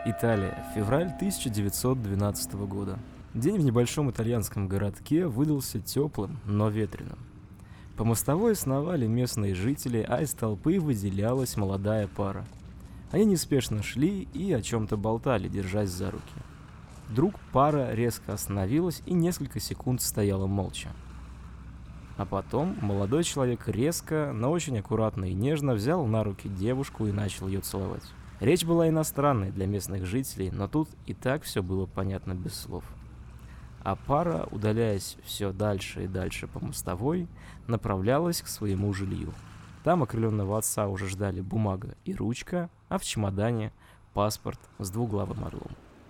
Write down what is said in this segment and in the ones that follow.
Италия, февраль 1912 года. День в небольшом итальянском городке выдался теплым, но ветреным. По мостовой сновали местные жители, а из толпы выделялась молодая пара. Они неспешно шли и о чем-то болтали, держась за руки. Вдруг пара резко остановилась и несколько секунд стояла молча. А потом молодой человек резко, но очень аккуратно и нежно взял на руки девушку и начал ее целовать. Речь была иностранной для местных жителей, но тут и так все было понятно без слов. А пара, удаляясь все дальше и дальше по мостовой, направлялась к своему жилью. Там окрыленного отца уже ждали бумага и ручка, а в чемодане паспорт с двуглавым орлом.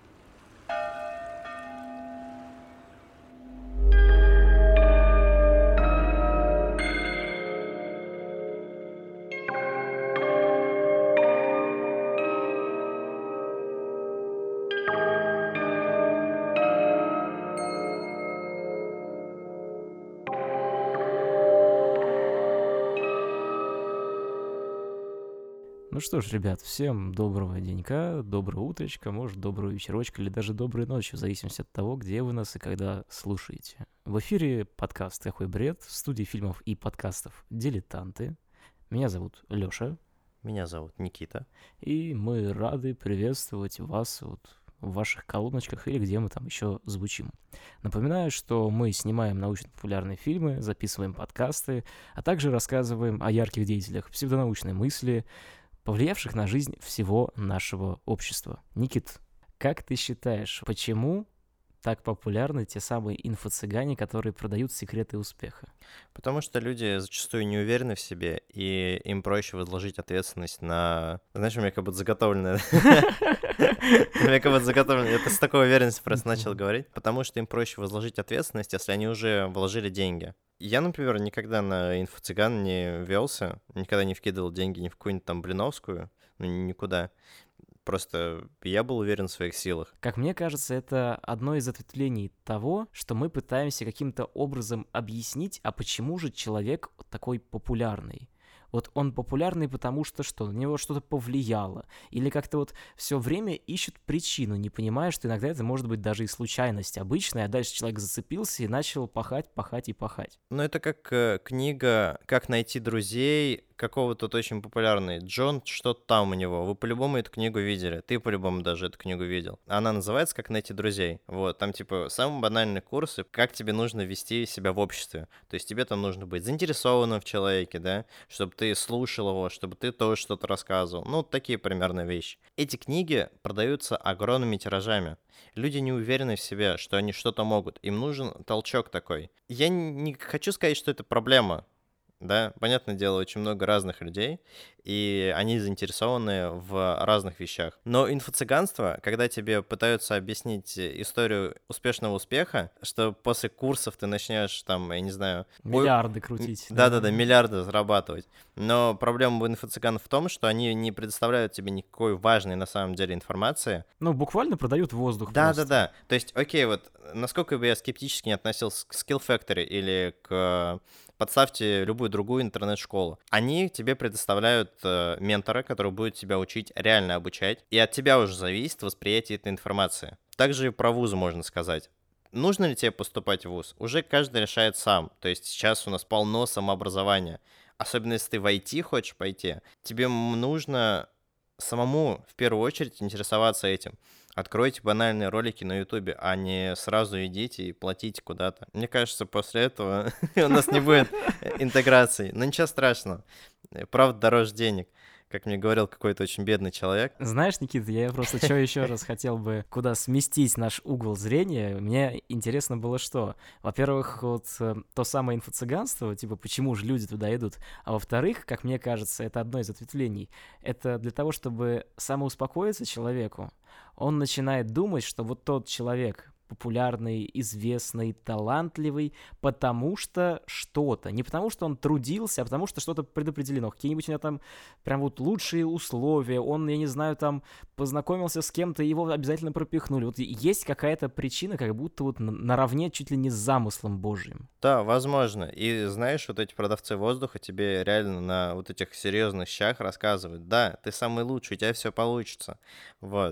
Ну что ж, ребят, всем доброго денька, доброго утречка, может, доброго вечерочка или даже доброй ночи, в зависимости от того, где вы нас и когда слушаете. В эфире подкаст «Какой бред», в студии фильмов и подкастов «Дилетанты». Меня зовут Лёша. Меня зовут Никита. И мы рады приветствовать вас в ваших колоночках или где мы там еще звучим. Напоминаю, что мы снимаем научно-популярные фильмы, записываем подкасты, а также рассказываем о ярких деятелях псевдонаучной мысли, повлиявших на жизнь всего нашего общества. Никит, как ты считаешь, почему так популярны те самые инфо-цыгане, которые продают секреты успеха? Потому что люди зачастую не уверены в себе, и им проще возложить ответственность на... Знаешь, у меня как будто заготовленное... У меня как будто заготовлено... Я с такой уверенностью просто начал говорить. Потому что им проще возложить ответственность, если они уже вложили деньги. Я, например, никогда на инфо-цыган не велся, никогда не вкидывал деньги ни в какую-нибудь там Блиновскую, никуда. Просто я был уверен в своих силах. Как мне кажется, это одно из ответвлений того, что мы пытаемся каким-то образом объяснить, а почему же человек такой популярный. Вот он популярный, потому что что? На него что-то повлияло. Или как-то вот все время ищут причину, не понимая, что иногда это может быть даже и случайность обычная, а дальше человек зацепился и начал пахать. Ну, это как книга «Как найти друзей», какого-то очень популярный Джон, что-то там у него. Вы по-любому эту книгу видели. Ты по-любому даже эту книгу видел. Она называется «Как найти друзей». Вот, там типа самые банальные курсы, как тебе нужно вести себя в обществе. То есть тебе там нужно быть заинтересованным в человеке, да, чтобы ты слушал его, чтобы ты тоже что-то рассказывал. Ну, такие примерно вещи. Эти книги продаются огромными тиражами. Люди не уверены в себе, что они что-то могут. Им нужен толчок такой. Я не хочу сказать, что это проблема. Да, понятное дело, очень много разных людей, и они заинтересованы в разных вещах. Но инфо-цыганство, когда тебе пытаются объяснить историю успешного успеха, что после курсов ты начнешь там, я не знаю... Миллиарды крутить. Да-да-да, миллиарды зарабатывать. Но проблема у инфо-цыган в том, что они не предоставляют тебе никакой важной на самом деле информации. Ну, буквально продают воздух. Да-да-да. То есть, окей, вот насколько бы я скептически не относился к Skill Factory или к... Подставьте любую другую интернет-школу. Они тебе предоставляют ментора, который будет тебя учить, реально обучать, и от тебя уже зависит восприятие этой информации. Также и про вузы можно сказать. Нужно ли тебе поступать в вуз? Уже каждый решает сам. То есть сейчас у нас полно самообразования. Особенно если ты в IT хочешь пойти, тебе нужно самому в первую очередь интересоваться этим. Откройте банальные ролики на Ютубе, а не сразу идите и платите куда-то. Мне кажется, после этого у нас не будет интеграции. Но ничего страшного. Правда дороже денег, как мне говорил какой-то очень бедный человек. Знаешь, Никита, я просто что еще раз хотел бы куда сместить наш угол зрения. Мне интересно было что? Во-первых, вот то самое инфо-цыганство, типа, почему же люди туда идут? А во-вторых, как мне кажется, это одно из ответвлений. Это для того, чтобы самоуспокоиться человеку. Он начинает думать, что вот тот человек популярный, известный, талантливый, потому что что-то. Не потому что он трудился, а потому что что-то предопределено. Какие-нибудь у него там прям вот лучшие условия. Он, я не знаю, там познакомился с кем-то, его обязательно пропихнули. Вот есть какая-то причина, как будто вот наравне чуть ли не с замыслом Божьим. Да, возможно. И знаешь, вот эти продавцы воздуха тебе реально на вот этих серьезных щах рассказывают: да, ты самый лучший, у тебя все получится. Вот.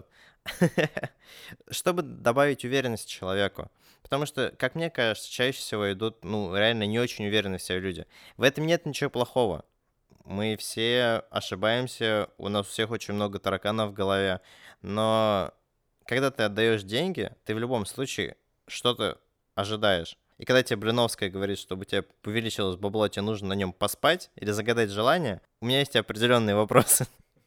Чтобы добавить уверенность человеку. Потому что, как мне кажется, чаще всего идут, реально не очень уверенные в себе люди. В этом нет ничего плохого. Мы все ошибаемся, у нас у всех очень много тараканов в голове, но когда ты отдаешь деньги, ты в любом случае что-то ожидаешь. И когда тебе Блиновская говорит, чтобы у тебя увеличилось бабло, тебе нужно на нем поспать или загадать желание, у меня есть определенные вопросы.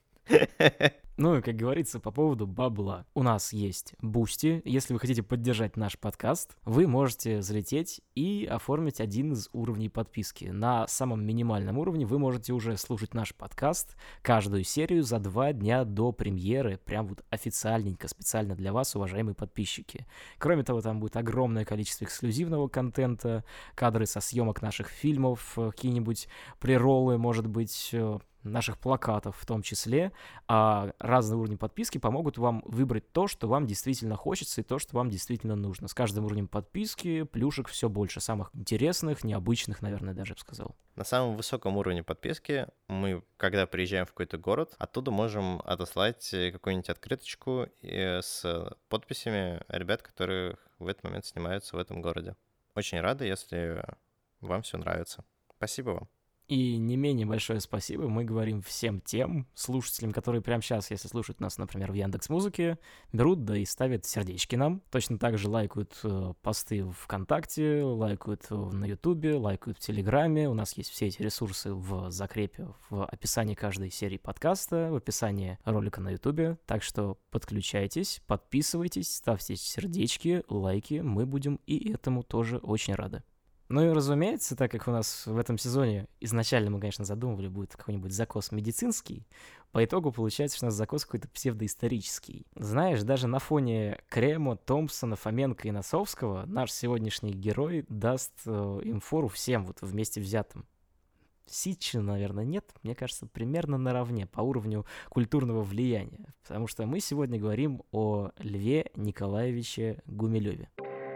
Ну и, как говорится, по поводу бабла. У нас есть Boosty. Если вы хотите поддержать наш подкаст, вы можете залететь и оформить один из уровней подписки. На самом минимальном уровне вы можете уже слушать наш подкаст каждую серию за 2 дня до премьеры. Прям вот официальненько, специально для вас, уважаемые подписчики. Кроме того, там будет огромное количество эксклюзивного контента, кадры со съемок наших фильмов, какие-нибудь прероллы, может быть, наших плакатов в том числе, а разные уровни подписки помогут вам выбрать то, что вам действительно хочется и то, что вам действительно нужно. С каждым уровнем подписки плюшек все больше, самых интересных, необычных, наверное, даже я бы сказал. На самом высоком уровне подписки мы, когда приезжаем в какой-то город, оттуда можем отослать какую-нибудь открыточку с подписями ребят, которые в этот момент снимаются в этом городе. Очень рады, если вам все нравится. Спасибо вам. И не менее большое спасибо мы говорим всем тем слушателям, которые прямо сейчас, если слушают нас, например, в Яндекс.Музыке, берут, да и ставят сердечки нам. Точно так же лайкают посты в ВКонтакте, лайкают на Ютубе, лайкают в Телеграме. У нас есть все эти ресурсы в закрепе, в описании каждой серии подкаста, в описании ролика на Ютубе. Так что подключайтесь, подписывайтесь, ставьте сердечки, лайки. Мы будем и этому тоже очень рады. Ну и разумеется, так как у нас в этом сезоне изначально мы, конечно, задумывали, будет какой-нибудь закос медицинский, по итогу получается, что у нас закос какой-то псевдоисторический. Знаешь, даже на фоне Кремо, Томпсона, Фоменко и Носовского наш сегодняшний герой даст им фору всем вот вместе взятым. Ситча, наверное, нет. Мне кажется, примерно наравне по уровню культурного влияния. Потому что мы сегодня говорим о Льве Николаевиче Гумилеве.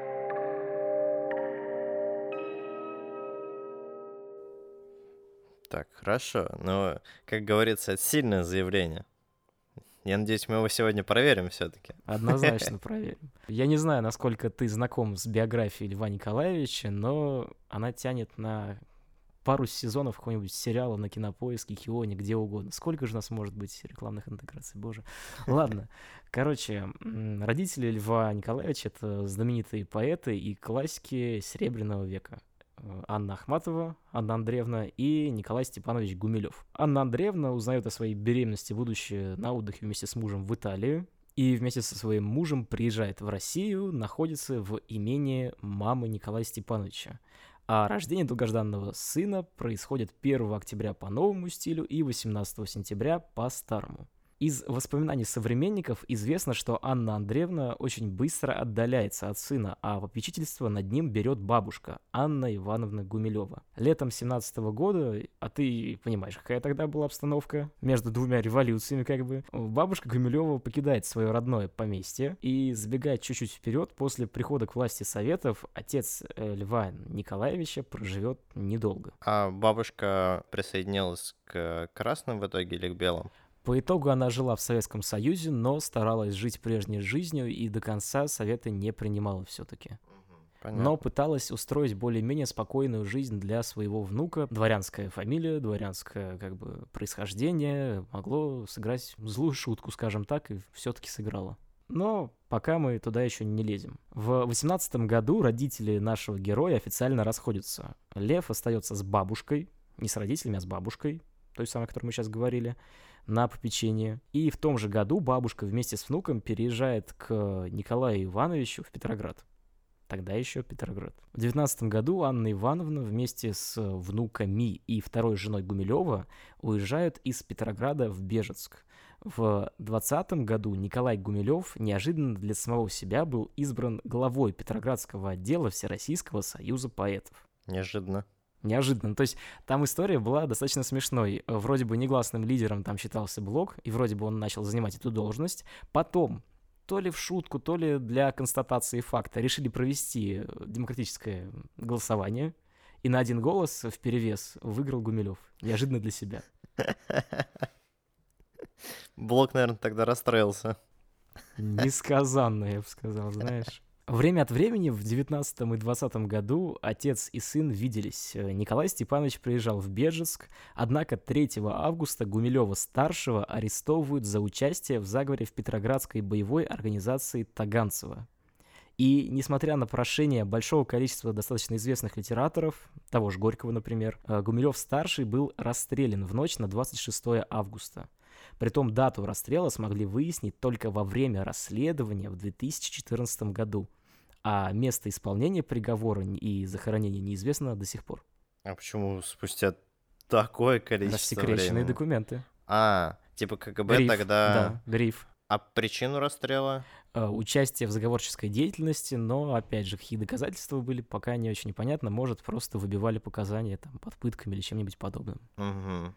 Так, хорошо. Но, как говорится, это сильное заявление. Я надеюсь, мы его сегодня проверим все-таки. Однозначно проверим. Я не знаю, насколько ты знаком с биографией Льва Николаевича, но она тянет на пару сезонов какого-нибудь сериала на Кинопоиске, Кионе, где угодно. Сколько же у нас может быть рекламных интеграций, боже. Ладно. Короче, родители Льва Николаевича — это знаменитые поэты и классики Серебряного века. Анна Ахматова, Анна Андреевна и Николай Степанович Гумилев. Анна Андреевна узнает о своей беременности, будучи на отдыхе вместе с мужем в Италии, и вместе со своим мужем приезжает в Россию, находится в имении мамы Николая Степановича. А рождение долгожданного сына происходит 1 октября по новому стилю и 18 сентября по старому. Из воспоминаний современников известно, что Анна Андреевна очень быстро отдаляется от сына, а попечительство над ним берет бабушка Анна Ивановна Гумилева. Летом 17-го года, а ты понимаешь, какая тогда была обстановка между двумя революциями как бы, бабушка Гумилева покидает свое родное поместье и забегает чуть-чуть вперед. После прихода к власти Советов отец Льва Николаевича проживет недолго. А бабушка присоединилась к красным в итоге или к белым? По итогу она жила в Советском Союзе, но старалась жить прежней жизнью и до конца Советы не принимала все-таки. Понятно. Но пыталась устроить более-менее спокойную жизнь для своего внука. Дворянская фамилия, дворянское как бы происхождение могло сыграть злую шутку, скажем так, и все-таки сыграло. Но пока мы туда еще не лезем. В 18 году родители нашего героя официально расходятся. Лев остается с бабушкой, не с родителями, а с бабушкой, той самой, о которой мы сейчас говорили, на попечение. И в том же году бабушка вместе с внуком переезжает к Николаю Ивановичу в Петроград. Тогда еще Петроград. В 19 году Анна Ивановна вместе с внуками и второй женой Гумилева уезжают из Петрограда в Бежецк. В 20 году Николай Гумилев неожиданно для самого себя был избран главой Петроградского отдела Всероссийского союза поэтов. Неожиданно. То есть там история была достаточно смешной. Вроде бы негласным лидером там считался Блок, и вроде бы он начал занимать эту должность. Потом, то ли в шутку, то ли для констатации факта, решили провести демократическое голосование, и на один голос вперевес выиграл Гумилев. Неожиданно для себя. Блок, наверное, тогда расстроился. Несказанно, я бы сказал, знаешь. Время от времени в 19 и 20 году отец и сын виделись. Николай Степанович приезжал в Бежецк, однако 3 августа Гумилева-старшего арестовывают за участие в заговоре в Петроградской боевой организации Таганцева. И, несмотря на прошение большого количества достаточно известных литераторов, того же Горького, например, Гумилев-старший был расстрелян в ночь на 26 августа. Притом дату расстрела смогли выяснить только во время расследования в 2014 году, а место исполнения приговора и захоронения неизвестно до сих пор. А почему спустя такое количество Рассекреченные времени? документы. Типа КГБ Гриф, тогда... да, гриф. А причину расстрела? Участие в заговорческой деятельности, но, опять же, какие доказательства были, пока не очень понятно. Может, просто выбивали показания там, под пытками или чем-нибудь подобным. Угу.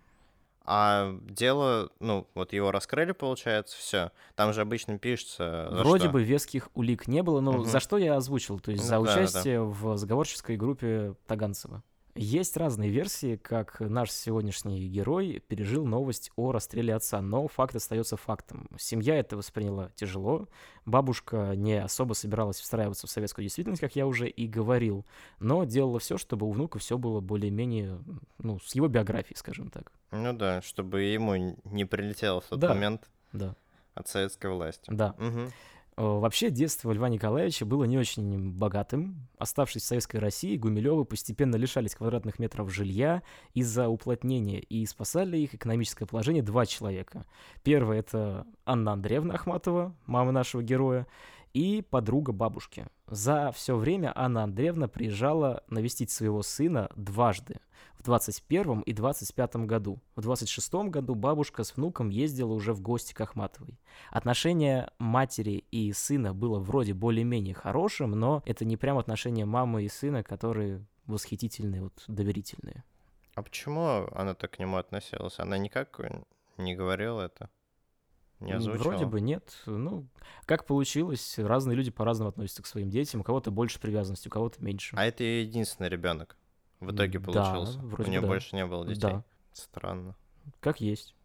А дело, вот его раскрыли, получается, все. Там же обычно пишется... за Вроде что? бы веских улик не было, но Мгм. за что я озвучил? То есть Ну за да, да. участие в заговорческой группе Таганцева. Есть разные версии, как наш сегодняшний герой пережил новость о расстреле отца, но факт остается фактом. Семья это восприняла тяжело, бабушка не особо собиралась встраиваться в советскую действительность, как я уже и говорил, но делала все, чтобы у внука все было более-менее, с его биографией, скажем так. Ну да, чтобы ему не прилетело в тот Да. момент Да, от советской власти. да. Угу. Вообще, детство Льва Николаевича было не очень богатым. Оставшись в Советской России, Гумилевы постепенно лишались квадратных метров жилья из-за уплотнения, и спасали их экономическое положение 2 человека. Первый — это Анна Андреевна Ахматова, мама нашего героя, и подруга бабушки. За все время Анна Андреевна приезжала навестить своего сына дважды. В 21 и 25 году. В 26 году бабушка с внуком ездила уже в гости к Ахматовой. Отношение матери и сына было вроде более-менее хорошим, но это не прям отношения мамы и сына, которые восхитительные, доверительные. А почему она так к нему относилась? Она никак не говорила это? Не озвучивала? Вроде бы нет. Как получилось, разные люди по-разному относятся к своим детям. У кого-то больше привязанности, у кого-то меньше. А это ее единственный ребенок в итоге Да, получился? вроде У нее бы да. больше не было детей? Да, Странно. как есть.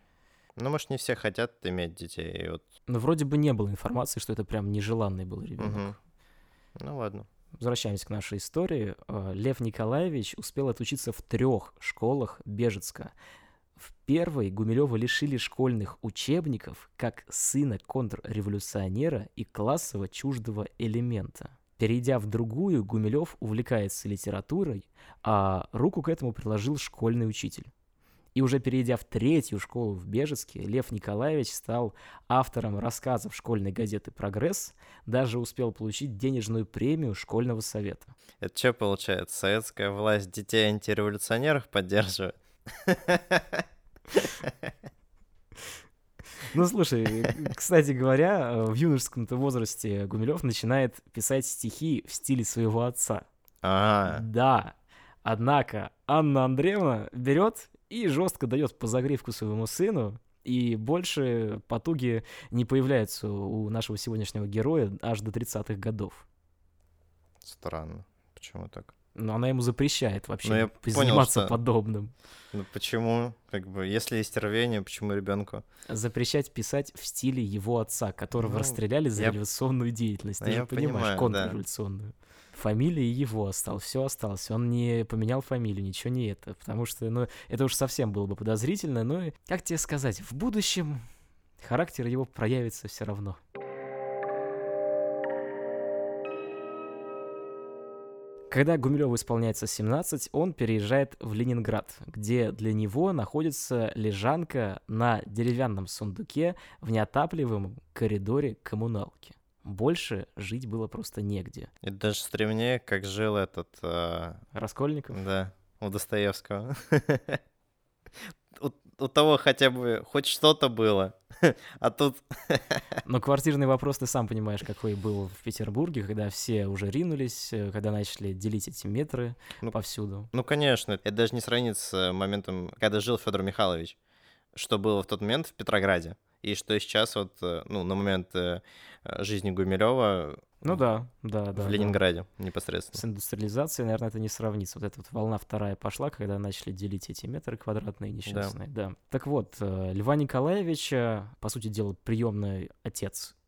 Может, не все хотят иметь детей, и вот... Но вроде бы не было информации, что это прям нежеланный был ребенок. Мгм. Ну ладно. Возвращаемся к нашей истории. Лев Николаевич успел отучиться в 3 школах Бежецка. В первой Гумилева лишили школьных учебников как сына контрреволюционера и классово чуждого элемента. Перейдя в другую, Гумилев увлекается литературой, а руку к этому приложил школьный учитель. И уже перейдя в 3 школу в Бежецке, Лев Николаевич стал автором рассказов школьной газеты «Прогресс», даже успел получить денежную премию школьного совета. Это что получается? Советская власть детей антиреволюционеров поддерживает? Слушай, кстати говоря, в юношеском-то возрасте Гумилев начинает писать стихи в стиле своего отца. А, Да, однако Анна Андреевна берет и жестко дает по загривку своему сыну, и больше потуги не появляются у нашего сегодняшнего героя аж до 30-х годов. странно. Почему так? Но она ему запрещает вообще я понял, заниматься что- подобным. Почему? Если есть рвение, почему ребенку? Запрещать писать в стиле его отца, которого Ну, расстреляли за я- революционную деятельность. Ты я же понимаешь, понимаю, да. контрреволюционную. Фамилия его осталась, все осталось. Он не поменял фамилию, ничего не это. Потому что, это уж совсем было бы подозрительно. Ну и, как тебе сказать, в будущем характер его проявится все равно. Когда Гумилеву исполняется 17, он переезжает в Ленинград, где для него находится лежанка на деревянном сундуке в неотапливаемом коридоре коммуналки. Больше жить было просто негде. Это даже стремнее, как жил этот... Раскольников? Да, у Достоевского. У того хотя бы хоть что-то было, а тут... Но квартирный вопрос, ты сам понимаешь, какой был в Петербурге, когда все уже ринулись, когда начали делить эти метры повсюду. Конечно, это даже не сравнится с моментом, когда жил Федор Михайлович, что было в тот момент в Петрограде, и что сейчас на момент жизни Гумилева Да. в Ленинграде непосредственно. С индустриализацией, наверное, это не сравнится. Вот эта волна вторая пошла, когда начали делить эти метры квадратные несчастные. Да. Так вот, Льва Николаевича, по сути дела, приемный отец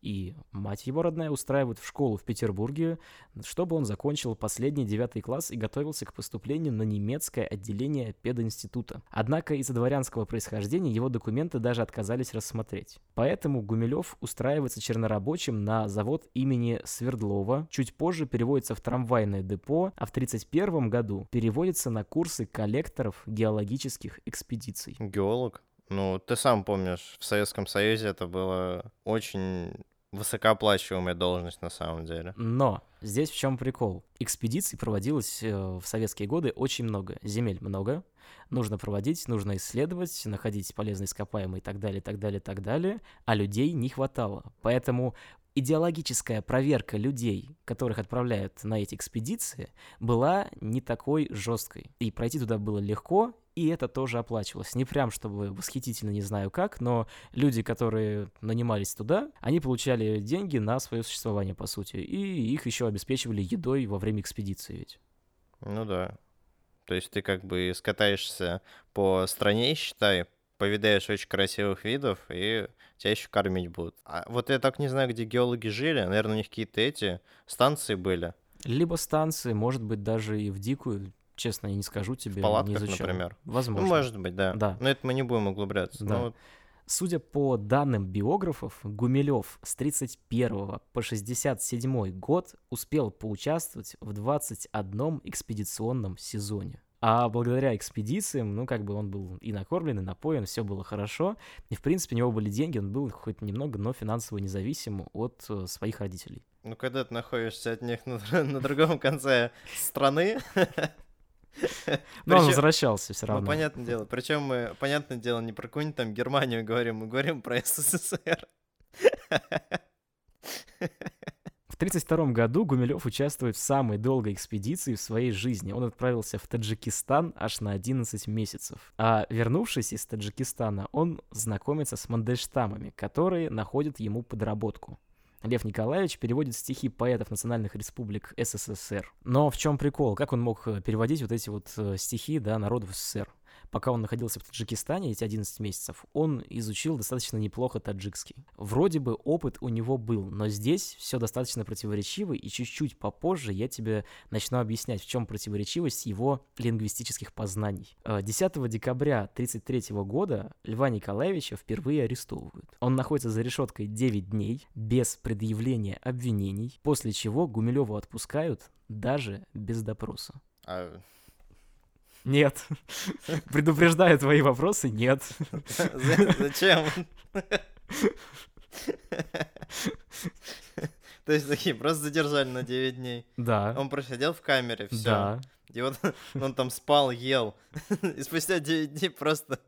и мать его родная устраивают в школу в Петербурге, чтобы он закончил последний 9 класс и готовился к поступлению на немецкое отделение пединститута. Однако из-за дворянского происхождения его документы даже отказались рассмотреть. Поэтому Гумилев устраивается чернорабочим на завод имени Свердлова, чуть позже переводится в трамвайное депо, а в 1931 году переводится на курсы коллекторов геологических экспедиций. Геолог? Ну, ты сам помнишь, в Советском Союзе это была очень высокооплачиваемая должность на самом деле. Но здесь в чем прикол? Экспедиций проводилось в советские годы очень много, земель много, нужно проводить, нужно исследовать, находить полезные ископаемые и так далее, так далее, так далее, а людей не хватало. Поэтому идеологическая проверка людей, которых отправляют на эти экспедиции, была не такой жесткой. И пройти туда было легко, и это тоже оплачивалось. Не прям, чтобы восхитительно, не знаю как, но люди, которые нанимались туда, они получали деньги на свое существование, по сути, и их еще обеспечивали едой во время экспедиции ведь. Ну да. То есть ты как бы скатаешься по стране, считай, повидаешь очень красивых видов, и тебя еще кормить будут. А вот я так не знаю, где геологи жили. Наверное, у них какие-то эти станции были. Либо станции, может быть, даже и в дикую. Честно, я не скажу тебе, В палатках, не изучал. например. Возможно. Ну, может быть, да. Да. Но это мы не будем углубляться. Да. Ну, Судя по данным биографов, Гумилев с 31 по 67 год успел поучаствовать в 21 экспедиционном сезоне. А благодаря экспедициям, ну, как бы он был и накормлен, и напоен, все было хорошо. И, в принципе, у него были деньги, он был хоть немного, но финансово независим от своих родителей. ну, когда ты находишься от них на другом конце страны... Но он Причем- возвращался все Ну, равно. понятное дело. Причем мы, понятное дело, не про какую-нибудь там Германию говорим, мы говорим про СССР. В 1932 году Гумилев участвует в самой долгой экспедиции в своей жизни. Он отправился в Таджикистан аж на 11 месяцев. А вернувшись из Таджикистана, он знакомится с Мандельштамами, которые находят ему подработку. Лев Николаевич переводит стихи поэтов национальных республик СССР. Но в чем прикол? Как он мог переводить вот эти вот стихи, да, народов СССР? Пока он находился в Таджикистане эти 11 месяцев, он изучил достаточно неплохо таджикский. Вроде бы опыт у него был, но здесь все достаточно противоречиво, и чуть-чуть попозже я тебе начну объяснять, в чем противоречивость его лингвистических познаний. 10 декабря 1933 года Льва Николаевича впервые арестовывают. Он находится за решеткой 9 дней без предъявления обвинений, после чего Гумилева отпускают даже без допроса. А Нет. Предупреждаю твои вопросы, нет. Зачем? То есть такие, просто задержали на 9 дней. Да. Он просидел в камере, все. Да. И вот он там спал, ел. И спустя 9 дней просто...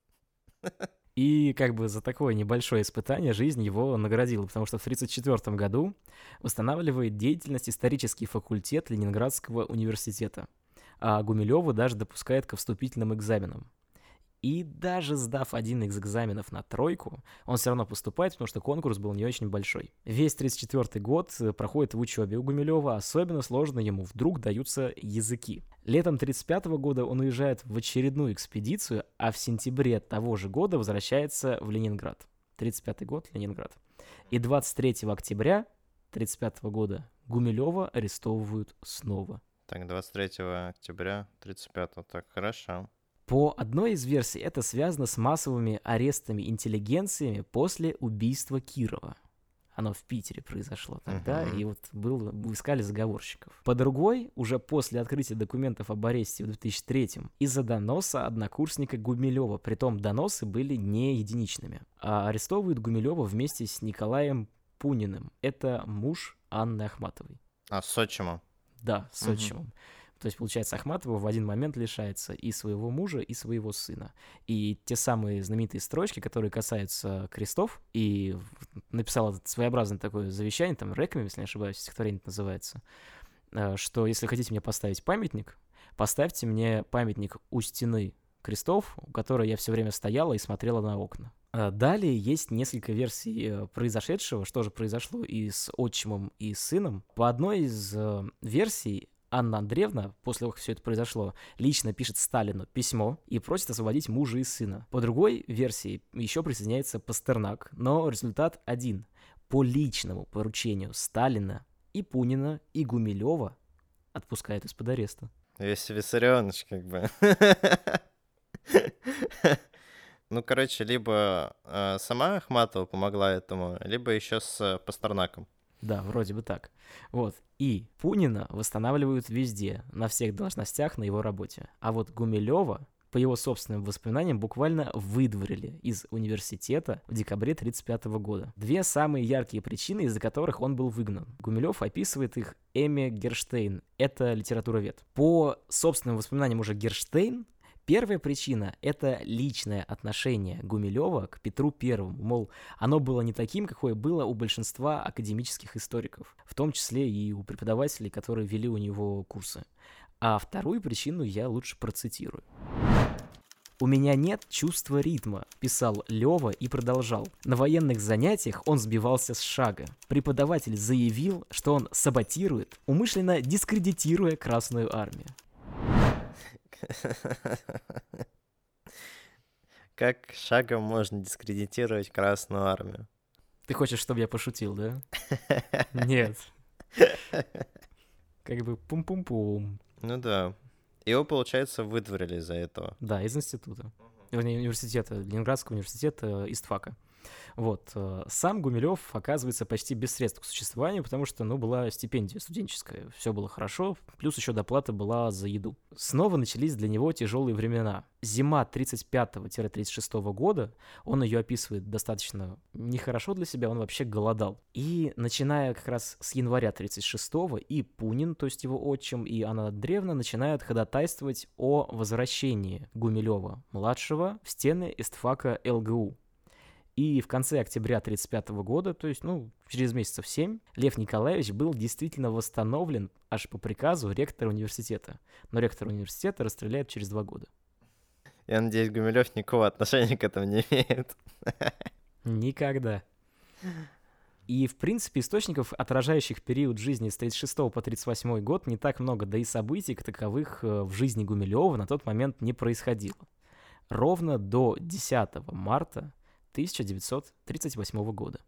И как бы за такое небольшое испытание жизнь его наградила, потому что в 1934 году восстанавливает деятельность исторический факультет Ленинградского университета, а Гумилеву даже допускает ко вступительным экзаменам. И даже сдав один из экзаменов на 3, он все равно поступает, потому что конкурс был не очень большой. Весь 1934 год проходит в учебе у Гумилева, особенно сложно ему вдруг даются языки. Летом 1935 года он уезжает в очередную экспедицию, а в сентябре того же года возвращается в Ленинград. 1935 год, Ленинград. И 23 октября 1935 года Гумилева арестовывают снова. Так, 23 октября 35-го. Так, хорошо. По одной из версий это связано с массовыми арестами интеллигенциями после убийства Кирова. Оно в Питере произошло тогда, и вот искали заговорщиков. По другой, уже после открытия документов об аресте в 2003-м, из-за доноса однокурсника Гумилева, притом доносы были не единичными. А арестовывают Гумилева вместе с Николаем Пуниным. Это муж Анны Ахматовой. А с отчимом? Да, с отчимом. То есть, получается, Ахматова в один момент лишается и своего мужа, и своего сына. И те самые знаменитые строчки, которые касаются крестов, и написал этот своеобразное такое завещание, там, реквием, если не ошибаюсь, стихотворение это называется, что если хотите мне поставить памятник, поставьте мне памятник у стены крестов, у которой я все время стояла и смотрела на окна. Далее есть несколько версий произошедшего, что же произошло и с отчимом, и с сыном. По одной из версий Анна Андреевна, после того, как все это произошло, лично пишет Сталину письмо и просит освободить мужа и сына. По другой версии еще присоединяется Пастернак, но результат один. по личному поручению Сталина и Пунина и Гумилева отпускают из-под ареста. Весь Виссарионович как бы. Ну, короче, либо сама Ахматова помогла этому, либо еще с Пастернаком. Да, вроде бы так. Вот. И Пунина восстанавливают везде, на всех должностях на его работе. А вот Гумилева, по его собственным воспоминаниям, буквально выдворили из университета в декабре 1935 года. Две самые яркие причины, из-за которых он был выгнан. Гумилев описывает их Эми Герштейн. Это литературовед. По собственным воспоминаниям уже Герштейн, первая причина — это личное отношение Гумилева к Петру Первому. Мол, оно было не таким, какое было у большинства академических историков, в том числе и у преподавателей, которые вели у него курсы. А вторую причину я лучше процитирую. «У меня нет чувства ритма», — писал Лёва и продолжал. На военных занятиях он сбивался с шага. Преподаватель заявил, что он саботирует, умышленно дискредитируя Красную Армию. Как шагом можно дискредитировать Красную Армию? Ты хочешь, чтобы я пошутил, да? Нет. Как бы пум-пум-пум. Ну да. Его, получается, выдворили из-за этого. Да, из института. Вернее, университета, Ленинградского университета, ИСТФАКа. Вот. Сам Гумилев оказывается почти без средств к существованию, потому что, была стипендия студенческая, все было хорошо, плюс еще доплата была за еду. Снова начались для него тяжелые времена. Зима 35-36 года, он ее описывает достаточно нехорошо для себя, он вообще голодал. И начиная как раз с января 36-го и Пунин, то есть его отчим, и Анна Андреевна начинают ходатайствовать о возвращении Гумилева-младшего в стены ИСТФАКа ЛГУ. И в конце октября 1935 года, то есть, через месяцев 7, Лев Николаевич был действительно восстановлен аж по приказу ректора университета. Но ректор университета расстреляют через 2 года. Я надеюсь, Гумилев никакого отношения к этому не имеет. Никогда. И, в принципе, источников, отражающих период жизни с 1936 по 1938 год, не так много, да и событий как таковых в жизни Гумилева на тот момент не происходило. Ровно до 10 марта 1938 года.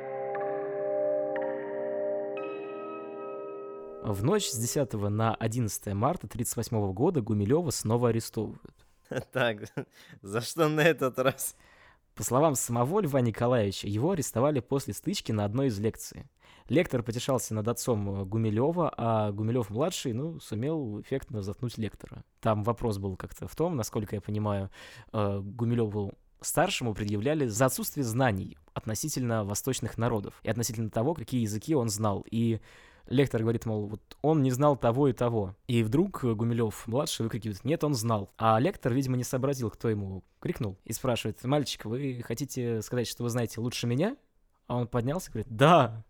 В ночь с 10 на 11 марта 1938 года Гумилева снова арестовывают. Так, за что на этот раз? По словам самого Льва Николаевича, его арестовали после стычки на одной из лекций. Лектор потешался над отцом Гумилева, а Гумилев-младший, сумел эффектно заткнуть лектора. Там вопрос был как-то в том, насколько я понимаю, Гумилеву старшему предъявляли за отсутствие знаний относительно восточных народов и относительно того, какие языки он знал. И лектор говорит, мол, вот он не знал того и того. И вдруг Гумилев-младший выкрикивает, нет, он знал. А лектор, видимо, не сообразил, кто ему крикнул, и спрашивает, мальчик, вы хотите сказать, что вы знаете лучше меня? А он поднялся и говорит, да.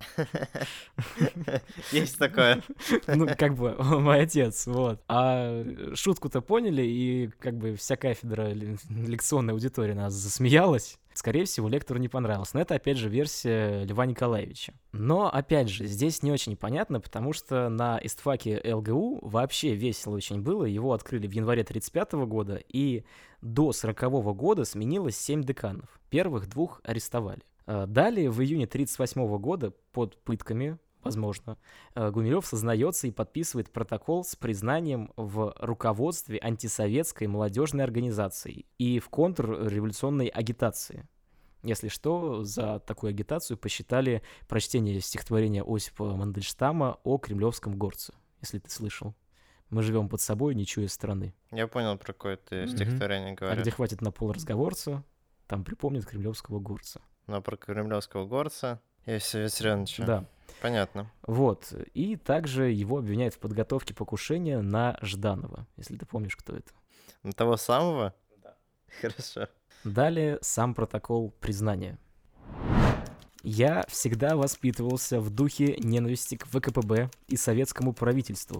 Есть такое. Мой отец, вот. А шутку-то поняли, и вся кафедра, лекционная аудитория нас засмеялась. Скорее всего, лектору не понравилось. Но это, опять же, версия Льва Николаевича. Но, опять же, здесь не очень понятно, потому что на ИСТФАКе ЛГУ вообще весело очень было. Его открыли в январе 1935 года, и до 1940 года сменилось 7 деканов. Первых 2 арестовали. Далее, в июне 1938 года, под пытками, возможно, Гумилев сознается и подписывает протокол с признанием в руководстве антисоветской молодежной организации и в контрреволюционной агитации. Если что, за такую агитацию посчитали прочтение стихотворения Осипа Мандельштама о кремлевском горце, если ты слышал. Мы живем под собой, не чуя страны. Я понял, про какое ты стихотворение говоришь. А где хватит на пол разговорца, там припомнят кремлевского горца. Но про кремлевского горца и все Виссарионовича. Да. Понятно. Вот. И также его обвиняют в подготовке покушения на Жданова, если ты помнишь, кто это. На того самого? Да. Хорошо. Далее сам протокол признания. Я всегда воспитывался в духе ненависти к ВКПБ и советскому правительству.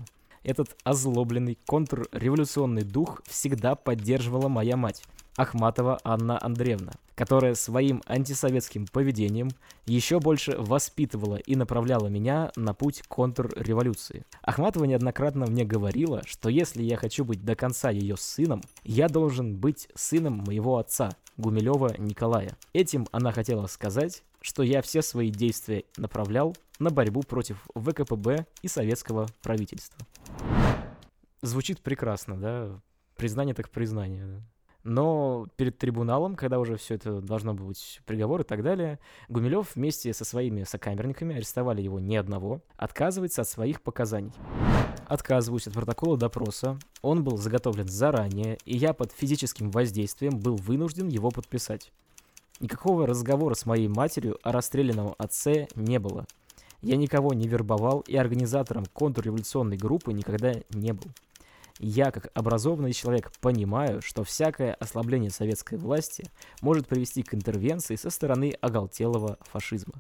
Этот озлобленный контрреволюционный дух всегда поддерживала моя мать, Ахматова Анна Андреевна, которая своим антисоветским поведением еще больше воспитывала и направляла меня на путь контрреволюции. Ахматова неоднократно мне говорила, что если я хочу быть до конца ее сыном, я должен быть сыном моего отца, Гумилева Николая. Этим она хотела сказать, что я все свои действия направлял на борьбу против ВКПБ и советского правительства. Звучит прекрасно, да? Признание так признание, да? Но перед трибуналом, когда уже все это должно быть приговор и так далее, Гумилев вместе со своими сокамерниками, арестовали его не одного, отказывается от своих показаний. Отказываюсь от протокола допроса, он был заготовлен заранее, и я под физическим воздействием был вынужден его подписать. Никакого разговора с моей матерью о расстрелянном отце не было. Я никого не вербовал и организатором контрреволюционной группы никогда не был. Я, как образованный человек, понимаю, что всякое ослабление советской власти может привести к интервенции со стороны оголтелого фашизма.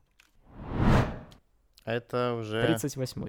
Это уже... 38-й.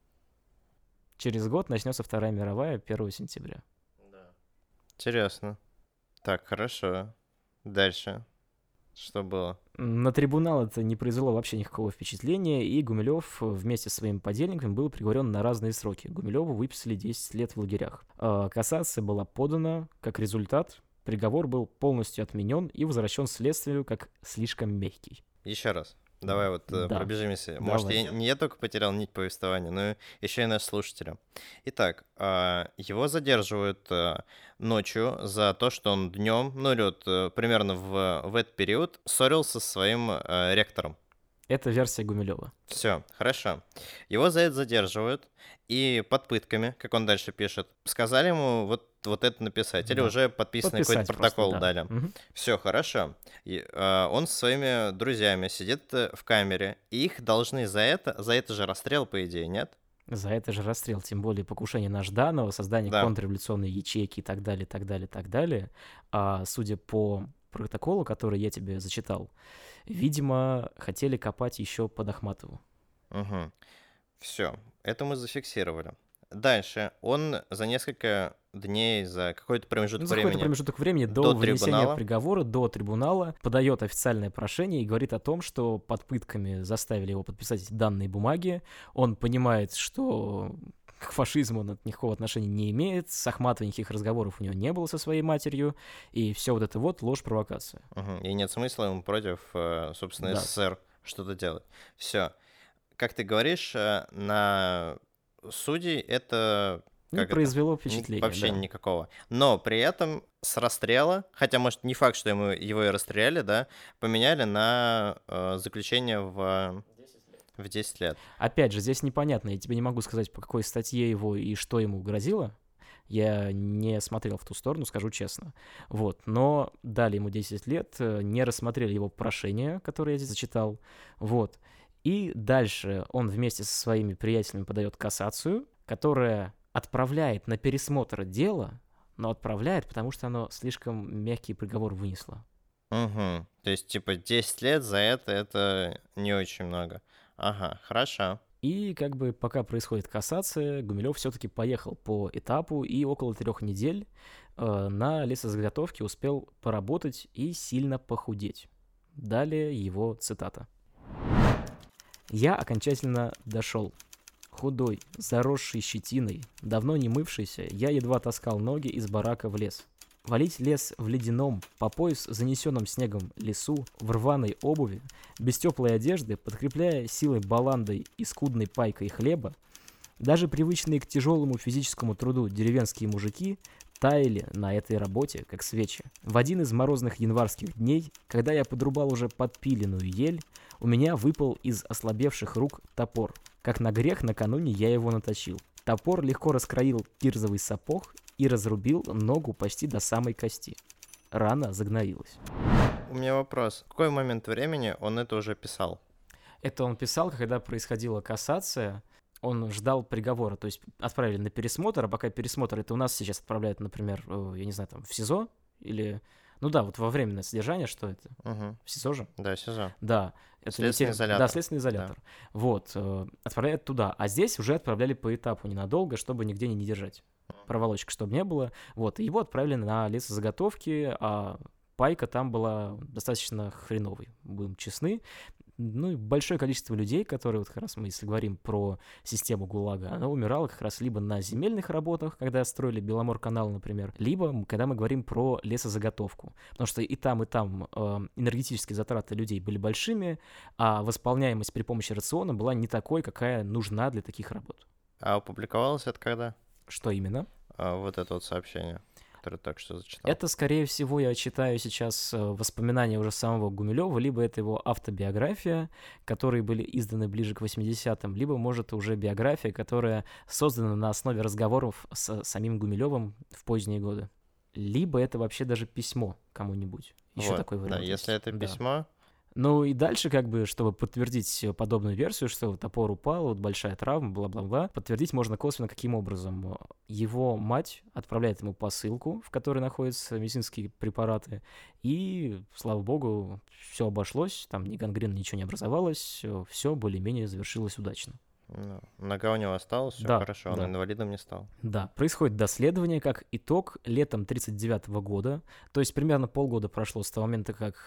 Через год начнется Вторая мировая, 1 сентября. Да. Интересно. Так, хорошо. Дальше. Что было? На трибунал это не произвело вообще никакого впечатления, и Гумилев вместе со своими подельниками был приговорен на разные сроки. Гумилеву выписали 10 лет в лагерях. Кассация была подана. Как результат, приговор был полностью отменен и возвращен следствию как слишком мягкий. Еще раз. Давай вот пробежимся. Может, не я только потерял нить повествования, но еще и наши слушатели. Итак, его задерживают ночью за то, что он днем, ну или вот примерно в этот период, ссорился со своим ректором. Это версия Гумилева. Все, хорошо. Его за это задерживают, и под пытками, как он дальше пишет, сказали ему вот это написать, или уже подписанный какой-то протокол просто, дали. Угу. Все, хорошо. И, он со своими друзьями сидит в камере, и их должны за это же расстрел, по идее, нет? За это же расстрел, тем более покушение на Жданова, создание контрреволюционной ячейки и так далее, так далее, так далее. А судя по протоколу, который я тебе зачитал, видимо, хотели копать еще под Ахматову. Угу. Все, это мы зафиксировали. Дальше он за несколько дней, за какой-то промежуток времени до вынесения приговора, до трибунала, подает официальное прошение и говорит о том, что под пытками заставили его подписать данные бумаги. Он понимает, что к фашизму он никакого отношения не имеет, с Ахматовой никаких разговоров у него не было со своей матерью, и все вот это вот ложь-провокация. Угу. И нет смысла ему против, собственно, СССР что-то делать. Все. Как ты говоришь, на судей это... Не произвело впечатления. Вообще никакого. Но при этом с расстрела, хотя, может, не факт, что его и расстреляли, да, поменяли на заключение в 10 лет. Опять же, здесь непонятно. Я тебе не могу сказать, по какой статье его и что ему грозило. Я не смотрел в ту сторону, скажу честно. Вот. Но дали ему 10 лет, не рассмотрели его прошение, которое я здесь зачитал. Вот. И дальше он вместе со своими приятелями подает кассацию, которая отправляет на пересмотр дела, но отправляет, потому что оно слишком мягкий приговор вынесло. Угу. То есть, типа, 10 лет за это не очень много. Ага, хорошо. И как бы пока происходит кассация, Гумилев все-таки поехал по этапу и около 3 недель на лесозаготовке успел поработать и сильно похудеть. Далее его цитата. «Я окончательно дошел. Худой, заросший щетиной, давно не мывшийся, я едва таскал ноги из барака в лес. Валить лес в ледяном, по пояс занесенном снегом лесу, в рваной обуви, без теплой одежды, подкрепляя силой баландой и скудной пайкой хлеба, даже привычные к тяжелому физическому труду деревенские мужики таяли на этой работе, как свечи. В один из морозных январских дней, когда я подрубал уже подпиленную ель, у меня выпал из ослабевших рук топор. Как на грех, накануне я его наточил. Топор легко раскроил кирзовый сапог и разрубил ногу почти до самой кости. Рана загноилась». У меня вопрос. В какой момент времени он это уже писал? Это он писал, когда происходила кассация. Он ждал приговора, то есть отправили на пересмотр, а пока пересмотр, это у нас сейчас отправляют, например, я не знаю, там в СИЗО или Ну да, вот во временное содержание, что это? Угу. В СИЗО же? Да, СИЗО. Да. Это Следственный изолятор. Да, следственный изолятор. Да. Вот, отправляют туда. А здесь уже отправляли по этапу ненадолго, чтобы нигде не держать. Проволочек, чтобы не было. Вот, и его отправили на лесозаготовки, а пайка там была достаточно хреновой, будем честны. Ну и большое количество людей, которые, вот как раз мы, если говорим про систему ГУЛАГа, она умирала как раз либо на земельных работах, когда строили Беломор-канал, например, либо когда мы говорим про лесозаготовку. Потому что и там энергетические затраты людей были большими, а восполняемость при помощи рациона была не такой, какая нужна для таких работ. А опубликовалось это когда? Что именно? Вот это вот сообщение, которое только что зачитал. Это, скорее всего, я читаю сейчас воспоминания уже самого Гумилёва, либо это его автобиография, которые были изданы ближе к 80-м, либо, может, уже биография, которая создана на основе разговоров с самим Гумилёвым в поздние годы. Либо это вообще даже письмо кому-нибудь. Еще Вот, такой вариант. Да, если это Да. письмо... Ну и дальше, как бы, чтобы подтвердить подобную версию, что топор упал, вот большая травма, бла-бла-бла, подтвердить можно косвенно каким образом. Его мать отправляет ему посылку, в которой находятся медицинские препараты, и, слава богу, все обошлось, там ни гангрена, ничего не образовалось, все более-менее завершилось удачно. Ну, нога у него осталась, все Да, хорошо, он да. инвалидом не стал. Да, происходит доследование, как итог, летом 1939 года, то есть примерно полгода прошло с того момента, как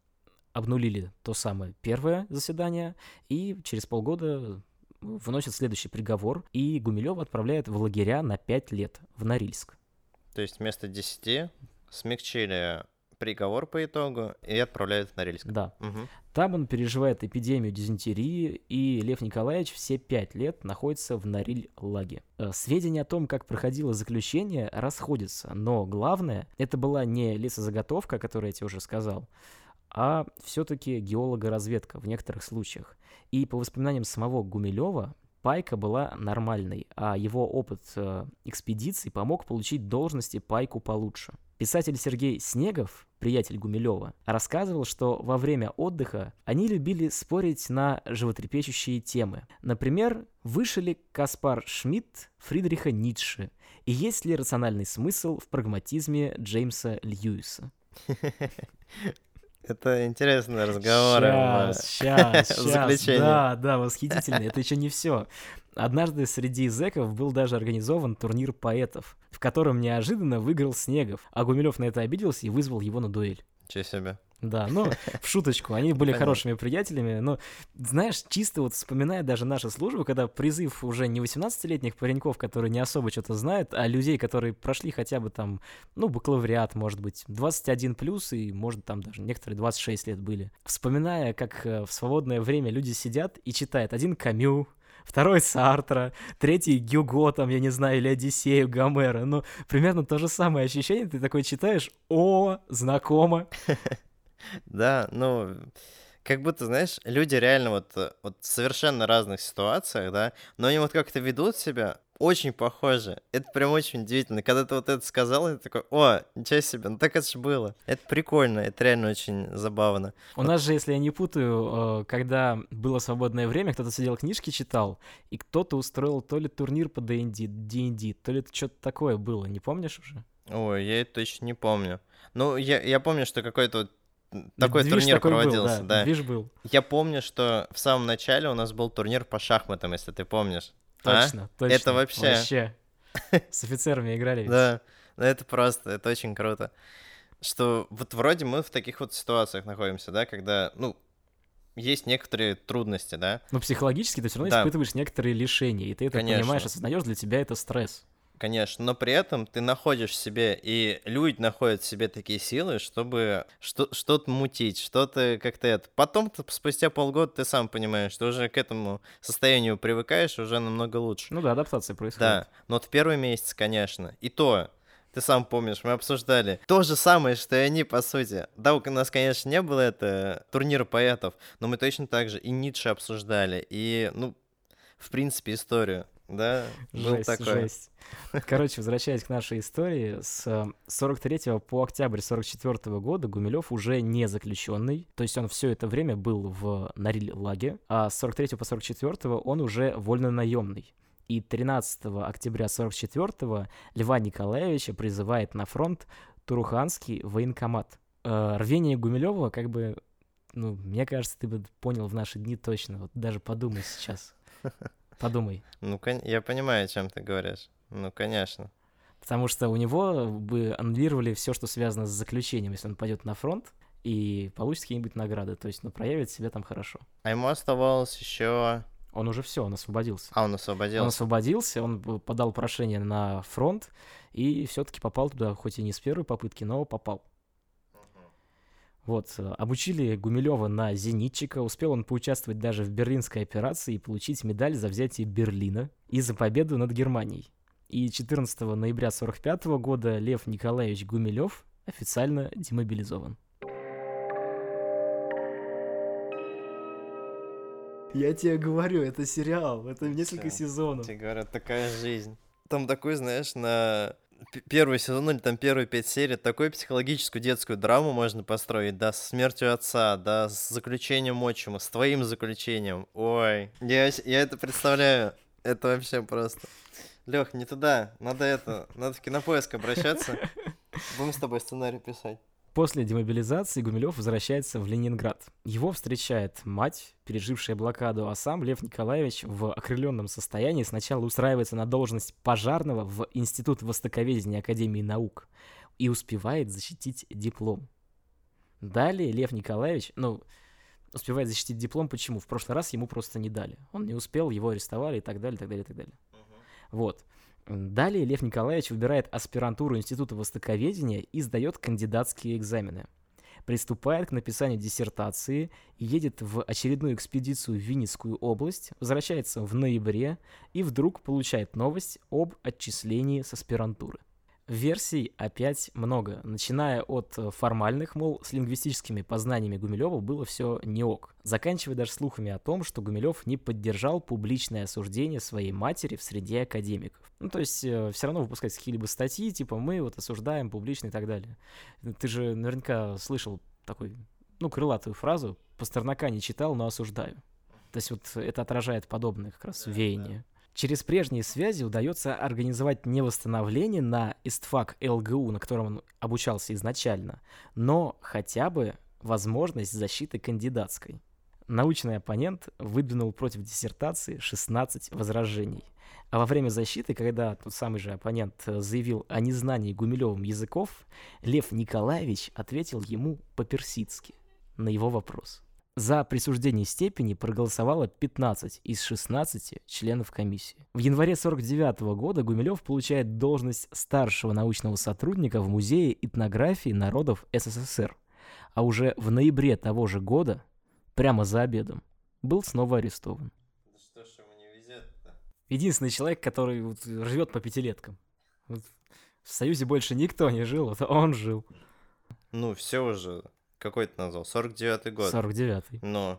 обнулили то самое первое заседание, и через полгода выносят следующий приговор, и Гумилёва отправляют в лагеря на 5 лет в Норильск. То есть вместо 10 смягчили приговор по итогу и отправляют в Норильск. Да. Угу. Там он переживает эпидемию дизентерии, и Лев Николаевич все 5 лет находится в Нориль-лаге. Сведения о том, как проходило заключение, расходятся, но главное, это была не лесозаготовка, о которой я тебе уже сказал, а все-таки геологоразведка в некоторых случаях. И по воспоминаниям самого Гумилёва, пайка была нормальной, а его опыт экспедиций помог получить должности пайку получше. Писатель Сергей Снегов, приятель Гумилёва, рассказывал, что во время отдыха они любили спорить на животрепещущие темы. Например, выше ли Каспар Шмидт Фридриха Ницше, и есть ли рациональный смысл в прагматизме Джеймса Льюиса. Это интересные разговоры. Сейчас, заключение. да, восхитительно. Это еще не все. Однажды среди зэков был даже организован турнир поэтов, в котором неожиданно выиграл Снегов, а Гумилёв на это обиделся и вызвал его на дуэль. Чего себе. Да, ну, в шуточку, они были Понятно. хорошими приятелями, но, знаешь, чисто вот вспоминая даже нашу службу, когда призыв уже не 18-летних пареньков, которые не особо что-то знают, а людей, которые прошли хотя бы там, ну, бакалавриат, может быть, 21 плюс, и, может, там даже некоторые 26 лет были. Вспоминая, как в свободное время люди сидят и читают один Камю, второй Сартра, третий Гюго, там, я не знаю, или Одиссею Гомера, ну, примерно то же самое ощущение, ты такой читаешь, о, знакомо. Да, ну, как будто, знаешь, люди реально вот в совершенно разных ситуациях, да, но они вот как-то ведут себя очень похоже. Это прям очень удивительно. Когда ты вот это сказал, я такой, о, ничего себе, ну так это же было. Это прикольно, это реально очень забавно. У нас же, если я не путаю, когда было свободное время, кто-то сидел книжки читал, и кто-то устроил то ли турнир по D&D, то ли это что-то такое было, не помнишь уже? Ой, я это точно не помню. Ну, я помню, что какой-то вот такой Движ турнир такой проводился, был, да. Движ был. Я помню, что в самом начале у нас был турнир по шахматам, если ты помнишь. Точно, точно. Это вообще. С офицерами играли. Да, ну это просто, это очень круто. Что вот вроде мы в таких вот ситуациях находимся, да, когда, ну, есть некоторые трудности, да. Но психологически ты все равно Да. испытываешь некоторые лишения, и ты это Конечно. понимаешь, осознаешь, для тебя это стресс. Конечно, но при этом ты находишь в себе, и люди находят в себе такие силы, чтобы что-то мутить, что-то как-то это. Потом, спустя полгода, ты сам понимаешь, что уже к этому состоянию привыкаешь, уже намного лучше. Ну да, адаптация происходит. Да, но вот первый месяц, конечно, и то, ты сам помнишь, мы обсуждали то же самое, что и они, по сути. Да, у нас, конечно, не было это турнира поэтов, но мы точно так же и Ницше обсуждали, и, ну, в принципе, историю. Да, был такой. Жесть. Короче, возвращаясь к нашей истории, с 43 по октябрь 44 года Гумилёв уже не заключенный, то есть он все это время был в Нориль-лаге, а с 43 по 44 он уже вольнонаемный. И 13 октября 44 Льва Николаевича призывает на фронт Туруханский военкомат. Рвение Гумилёва, как бы, ну, мне кажется, ты бы понял в наши дни точно. Вот даже подумай сейчас. Подумай. Ну, я понимаю, о чем ты говоришь. Ну, конечно. Потому что у него бы аннулировали все, что связано с заключением, если он пойдет на фронт и получит какие-нибудь награды. То есть, ну, проявит себя там хорошо. А ему оставалось еще... Он уже все, он освободился. А, он освободился. Он освободился, он подал прошение на фронт и все-таки попал туда, хоть и не с первой попытки, но попал. Вот, обучили Гумилёва на зенитчика, успел он поучаствовать даже в Берлинской операции и получить медаль за взятие Берлина и за победу над Германией. И 14 ноября 1945 года Лев Николаевич Гумилёв официально демобилизован. Я тебе говорю, это сериал, это несколько сезонов. Тебе говорят, такая жизнь. Там такой, знаешь, на первый сезон или там первые 5 серий такую психологическую детскую драму можно построить, да, с смертью отца, да, с заключением отчима, с твоим заключением. Ой, я это представляю, это вообще просто. Лёх, не туда, надо в Кинопоиск обращаться, будем с тобой сценарий писать. После демобилизации Гумилёв возвращается в Ленинград. Его встречает мать, пережившая блокаду, а сам Лев Николаевич в окрыленном состоянии сначала устраивается на должность пожарного в Институт востоковедения Академии наук и успевает защитить диплом. Далее Лев Николаевич, успевает защитить диплом, почему? В прошлый раз ему просто не дали. Он не успел, его арестовали и так далее, так далее, так далее. Вот. Далее Лев Николаевич выбирает аспирантуру Института востоковедения и сдает кандидатские экзамены. Приступает к написанию диссертации, едет в очередную экспедицию в Винницкую область, возвращается в ноябре и вдруг получает новость об отчислении с аспирантуры. Версий опять много, начиная от формальных, мол, с лингвистическими познаниями Гумилёва было все не ок, заканчивая даже слухами о том, что Гумилёв не поддержал публичное осуждение своей матери в среде академиков. Ну, то есть, все равно выпускать какие-либо статьи, типа, мы вот осуждаем публично и так далее. Ты же наверняка слышал такой, крылатую фразу «Пастернака не читал, но осуждаю». То есть, вот это отражает подобное как раз веяние. Через прежние связи удается организовать не восстановление на ИСТФАК ЛГУ, на котором он обучался изначально, но хотя бы возможность защиты кандидатской. Научный оппонент выдвинул против диссертации 16 возражений. А во время защиты, когда тот самый же оппонент заявил о незнании Гумилёвым языков, Лев Николаевич ответил ему по-персидски на его вопрос. За присуждение степени проголосовало 15 из 16 членов комиссии. В январе 1949 года Гумилёв получает должность старшего научного сотрудника в Музее этнографии народов СССР. А уже в ноябре того же года, прямо за обедом, был снова арестован. Да что ж ему не везет-то? Единственный человек, который живет по пятилеткам. В Союзе больше никто не жил, вот он жил. Ну, все уже... Какой ты назвал? 49-й год. 49-й. Ну,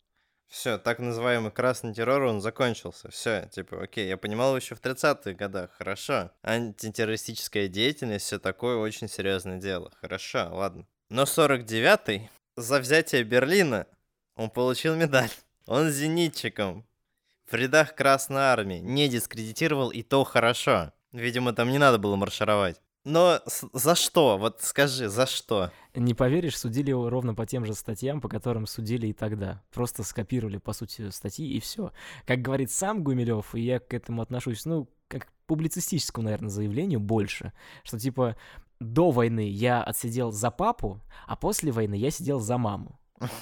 все, так называемый красный террор, он закончился. Все, типа, окей, я понимал еще в 30-х годах, хорошо. Антитеррористическая деятельность, все такое очень серьезное дело. Хорошо, ладно. Но 49-й, за взятие Берлина, он получил медаль. Он зенитчиком в рядах Красной Армии не дискредитировал, и то хорошо. Видимо, там не надо было маршировать. Но за что? Вот скажи, за что? Не поверишь, судили его ровно по тем же статьям, по которым судили и тогда. Просто скопировали, по сути, статьи, и все. Как говорит сам Гумилёв, и я к этому отношусь, как к публицистическому, наверное, заявлению больше, что, типа, до войны я отсидел за папу, а после войны я сидел за маму.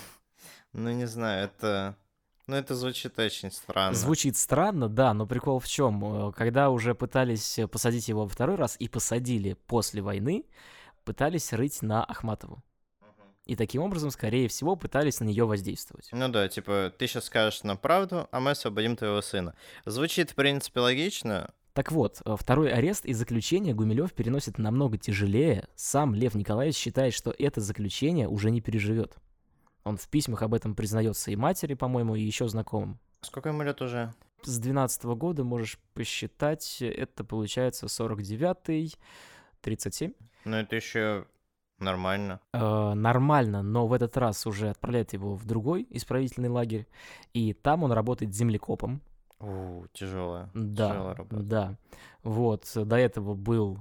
Ну, не знаю, это звучит очень странно. Звучит странно, да, но прикол в чем? Когда уже пытались посадить его во второй раз и посадили после войны, пытались рыть на Ахматову. И таким образом, скорее всего, пытались на нее воздействовать. Ну да, типа, ты сейчас скажешь нам правду, а мы освободим твоего сына. Звучит, в принципе, логично. Так вот, второй арест и заключение Гумилёв переносит намного тяжелее. Сам Лев Николаевич считает, что это заключение уже не переживет. Он в письмах об этом признается и матери, по-моему, и еще знакомым. Сколько ему лет уже? С 12-го года можешь посчитать, это получается 49-й, 37. Ну это еще нормально. Нормально, но в этот раз уже отправляют его в другой исправительный лагерь, и там он работает землекопом. Тяжелая. Да, Тяжелая работа. да. Вот, до этого был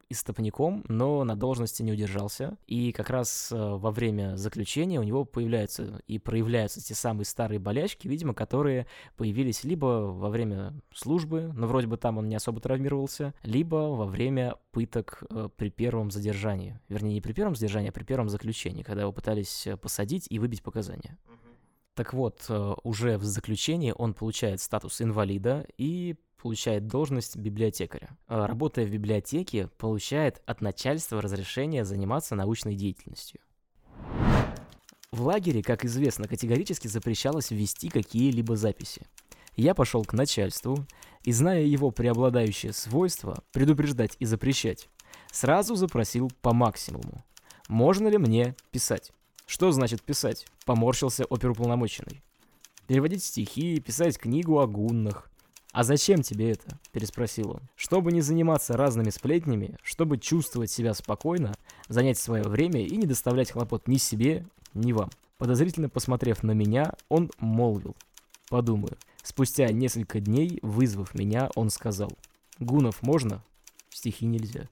истопником, но на должности не удержался. И как раз во время заключения у него появляются и проявляются те самые старые болячки, видимо, которые появились либо во время службы, но вроде бы там он не особо травмировался, либо во время пыток при первом задержании. Вернее, не при первом задержании, а при первом заключении, когда его пытались посадить и выбить показания. Так вот, уже в заключении он получает статус инвалида и получает должность библиотекаря. Работая в библиотеке, получает от начальства разрешение заниматься научной деятельностью. В лагере, как известно, категорически запрещалось вести какие-либо записи. Я пошел к начальству и, зная его преобладающее свойство предупреждать и запрещать, сразу запросил по максимуму. Можно ли мне писать? Что значит писать? Поморщился оперуполномоченный. Переводить стихи, писать книгу о гуннах. «А зачем тебе это?» – переспросил он. «Чтобы не заниматься разными сплетнями, чтобы чувствовать себя спокойно, занять свое время и не доставлять хлопот ни себе, ни вам». Подозрительно посмотрев на меня, он молвил. Подумаю. Спустя несколько дней, вызвав меня, он сказал: «Гуннов можно? Стихи нельзя».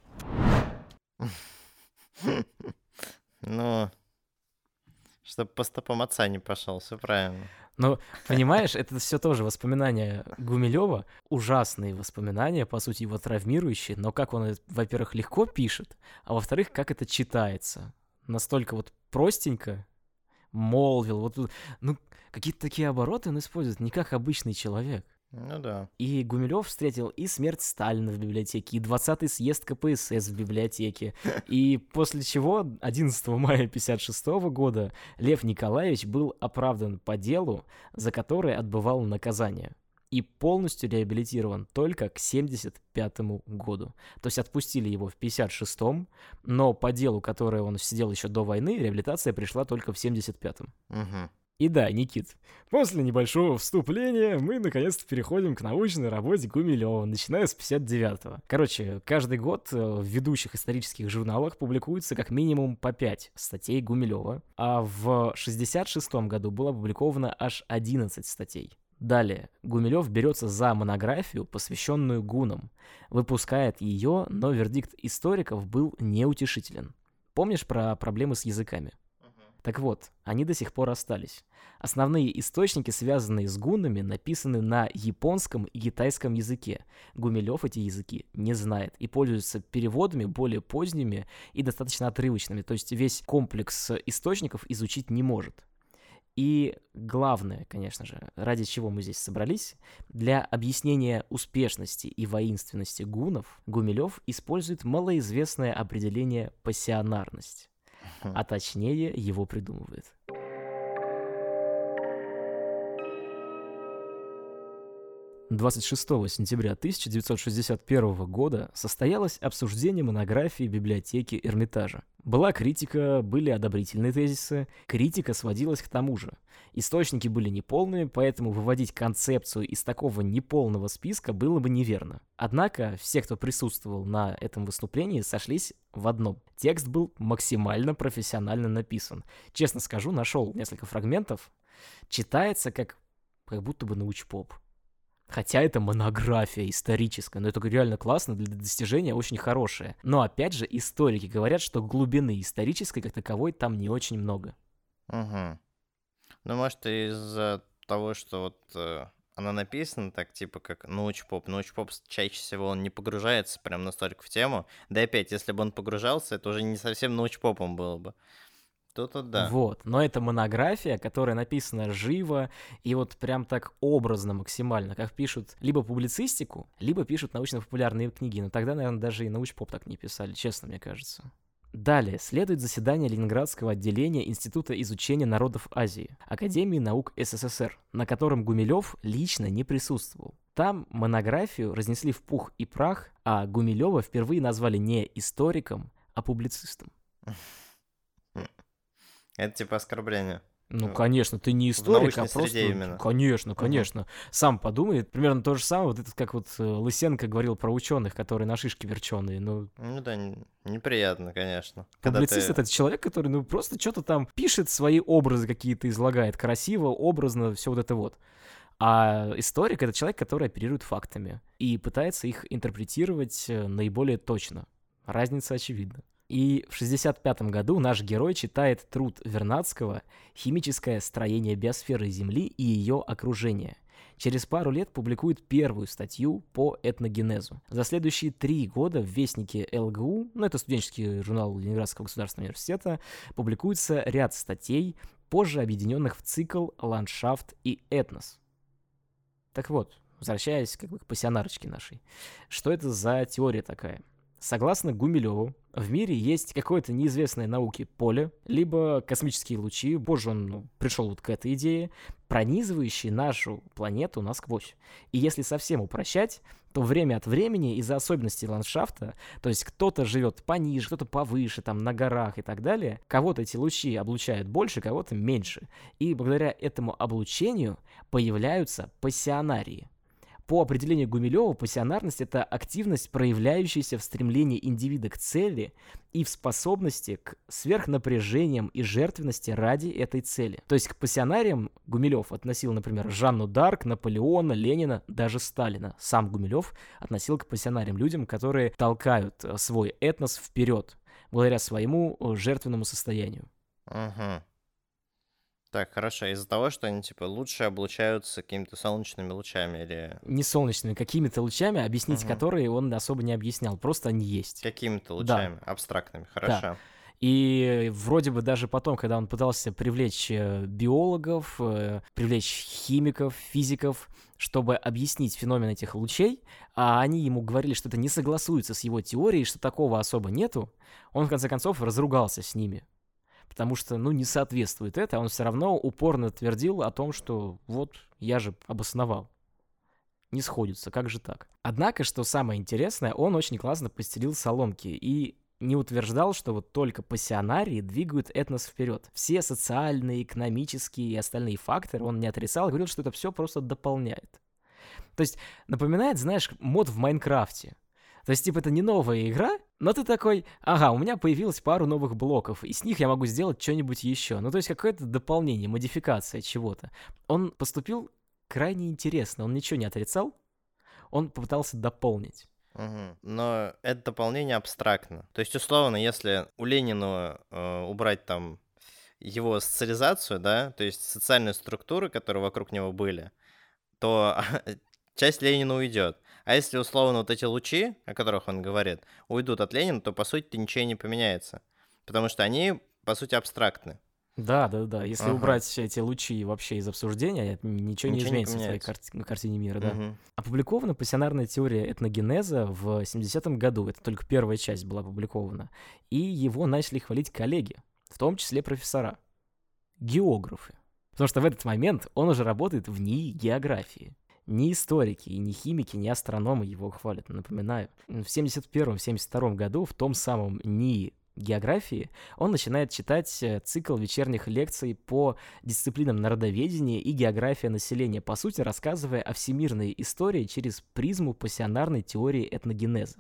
Ну, чтобы по стопам отца не пошел, все правильно. Но, понимаешь, это все тоже воспоминания Гумилева, ужасные воспоминания, по сути, его травмирующие, но как он, во-первых, легко пишет, а во-вторых, как это читается. Настолько вот простенько, молвил, вот, ну, какие-то такие обороты он использует не как обычный человек. Ну да. И Гумилев встретил и смерть Сталина в библиотеке, и 20-й съезд КПСС в библиотеке. И после чего 11 мая 1956 года Лев Николаевич был оправдан по делу, за которое отбывал наказание. И полностью реабилитирован только к 1975 году. То есть отпустили его в 1956, но по делу, которое он сидел еще до войны, реабилитация пришла только в 1975. Угу. И да, Никит, после небольшого вступления мы наконец-то переходим к научной работе Гумилева, начиная с 59-го. Короче, каждый год в ведущих исторических журналах публикуется как минимум по 5 статей Гумилева, а в 66-м году было опубликовано аж 11 статей. Далее, Гумилев берется за монографию, посвященную гуннам, выпускает ее, но вердикт историков был неутешителен. Помнишь про проблемы с языками? Так вот, они до сих пор остались. Основные источники, связанные с гуннами, написаны на японском и китайском языке. Гумилев эти языки не знает и пользуется переводами более поздними и достаточно отрывочными, то есть весь комплекс источников изучить не может. И главное, конечно же, ради чего мы здесь собрались, для объяснения успешности и воинственности гуннов Гумилев использует малоизвестное определение «пассионарность». А точнее его придумывает. 26 сентября 1961 года состоялось обсуждение монографии в библиотеке Эрмитажа. Была критика, были одобрительные тезисы. Критика сводилась к тому же. Источники были неполными, поэтому выводить концепцию из такого неполного списка было бы неверно. Однако все, кто присутствовал на этом выступлении, сошлись в одном. Текст был максимально профессионально написан. Честно скажу, нашел несколько фрагментов. Читается как будто бы научпоп. Хотя это монография историческая, но это реально классно, для достижения очень хорошее. Но опять же, историки говорят, что глубины исторической как таковой там не очень много. Угу. Ну, может, из-за того, что вот она написана так, типа, как научпоп. Научпоп чаще всего он не погружается прям настолько в тему. Да и опять, если бы он погружался, это уже не совсем научпопом было бы. То-то да. Вот, но это монография, которая написана живо и вот прям так образно максимально, как пишут либо публицистику, либо пишут научно-популярные книги, но тогда, наверное, даже и научпоп так не писали, честно, мне кажется. Далее следует заседание Ленинградского отделения Института изучения народов Азии, Академии наук СССР, на котором Гумилев лично не присутствовал. Там монографию разнесли в пух и прах, а Гумилева впервые назвали не историком, а публицистом. Это типа оскорбление. Ну, конечно, ты не историк, а просто... Именно. Конечно. Сам подумай, примерно то же самое, вот это как вот Лысенко говорил про ученых, которые на шишки верченые, Ну да, неприятно, конечно. Публицист — это человек, который, просто что-то там пишет, свои образы какие-то излагает, красиво, образно, все вот это вот. А историк — это человек, который оперирует фактами и пытается их интерпретировать наиболее точно. Разница очевидна. И в 1965 году наш герой читает труд Вернадского «Химическое строение биосферы Земли и ее окружения». Через пару лет публикует первую статью по этногенезу. За следующие 3 года в Вестнике ЛГУ, это студенческий журнал Ленинградского государственного университета, публикуется ряд статей, позже объединенных в цикл «Ландшафт и этнос». Так вот, возвращаясь к пассионарочке нашей, что это за теория такая? Согласно Гумилеву, в мире есть какое-то неизвестное науке поле, либо космические лучи, позже он пришел вот к этой идее, пронизывающие нашу планету насквозь. И если совсем упрощать, то время от времени из-за особенностей ландшафта, то есть кто-то живет пониже, кто-то повыше, там на горах и так далее, кого-то эти лучи облучают больше, кого-то меньше. И благодаря этому облучению появляются пассионарии. По определению Гумилева, пассионарность — это активность, проявляющаяся в стремлении индивида к цели и в способности к сверхнапряжениям и жертвенности ради этой цели. То есть к пассионариям Гумилев относил, например, Жанну Дарк, Наполеона, Ленина, даже Сталина. Сам Гумилев относил к пассионариям людям, которые толкают свой этнос вперед, благодаря своему жертвенному состоянию. Угу. Так, хорошо. Из-за того, что они, лучше облучаются какими-то солнечными лучами или... Не солнечными, какими-то лучами, объяснить которые он особо не объяснял, просто они есть. Какими-то лучами, абстрактными, хорошо. Да. И вроде бы даже потом, когда он пытался привлечь биологов, привлечь химиков, физиков, чтобы объяснить феномен этих лучей, а они ему говорили, что это не согласуется с его теорией, что такого особо нету, он в конце концов разругался с ними. Потому что, не соответствует это, он все равно упорно твердил о том, что вот, я же обосновал. Не сходится, как же так? Однако, что самое интересное, он очень классно постелил соломки и не утверждал, что вот только пассионарии двигают этнос вперед. Все социальные, экономические и остальные факторы он не отрицал, говорил, что это все просто дополняет. То есть напоминает, знаешь, мод в Майнкрафте. То есть, это не новая игра, но ты такой, ага, у меня появилось пару новых блоков, и с них я могу сделать что-нибудь еще. То есть, какое-то дополнение, модификация чего-то. Он поступил крайне интересно, он ничего не отрицал, он попытался дополнить. Угу. Но это дополнение абстрактно. То есть, условно, если у Ленина убрать там его социализацию, да, то есть социальные структуры, которые вокруг него были, то часть Ленина уйдет. А если, условно, вот эти лучи, о которых он говорит, уйдут от Ленина, то, по сути, ничего не поменяется. Потому что они, по сути, абстрактны. Да. Если убрать эти лучи вообще из обсуждения, ничего не изменится в твоей картине мира, да. Опубликована пассионарная теория этногенеза в 70-м году. Это только первая часть была опубликована. И его начали хвалить коллеги, в том числе профессора, географы. Потому что в этот момент он уже работает в НИИ географии. Ни историки, ни химики, ни астрономы его хвалят, напоминаю. В 71-72 году в том самом НИИ географии он начинает читать цикл вечерних лекций по дисциплинам народоведения и география населения, по сути, рассказывая о всемирной истории через призму пассионарной теории этногенеза.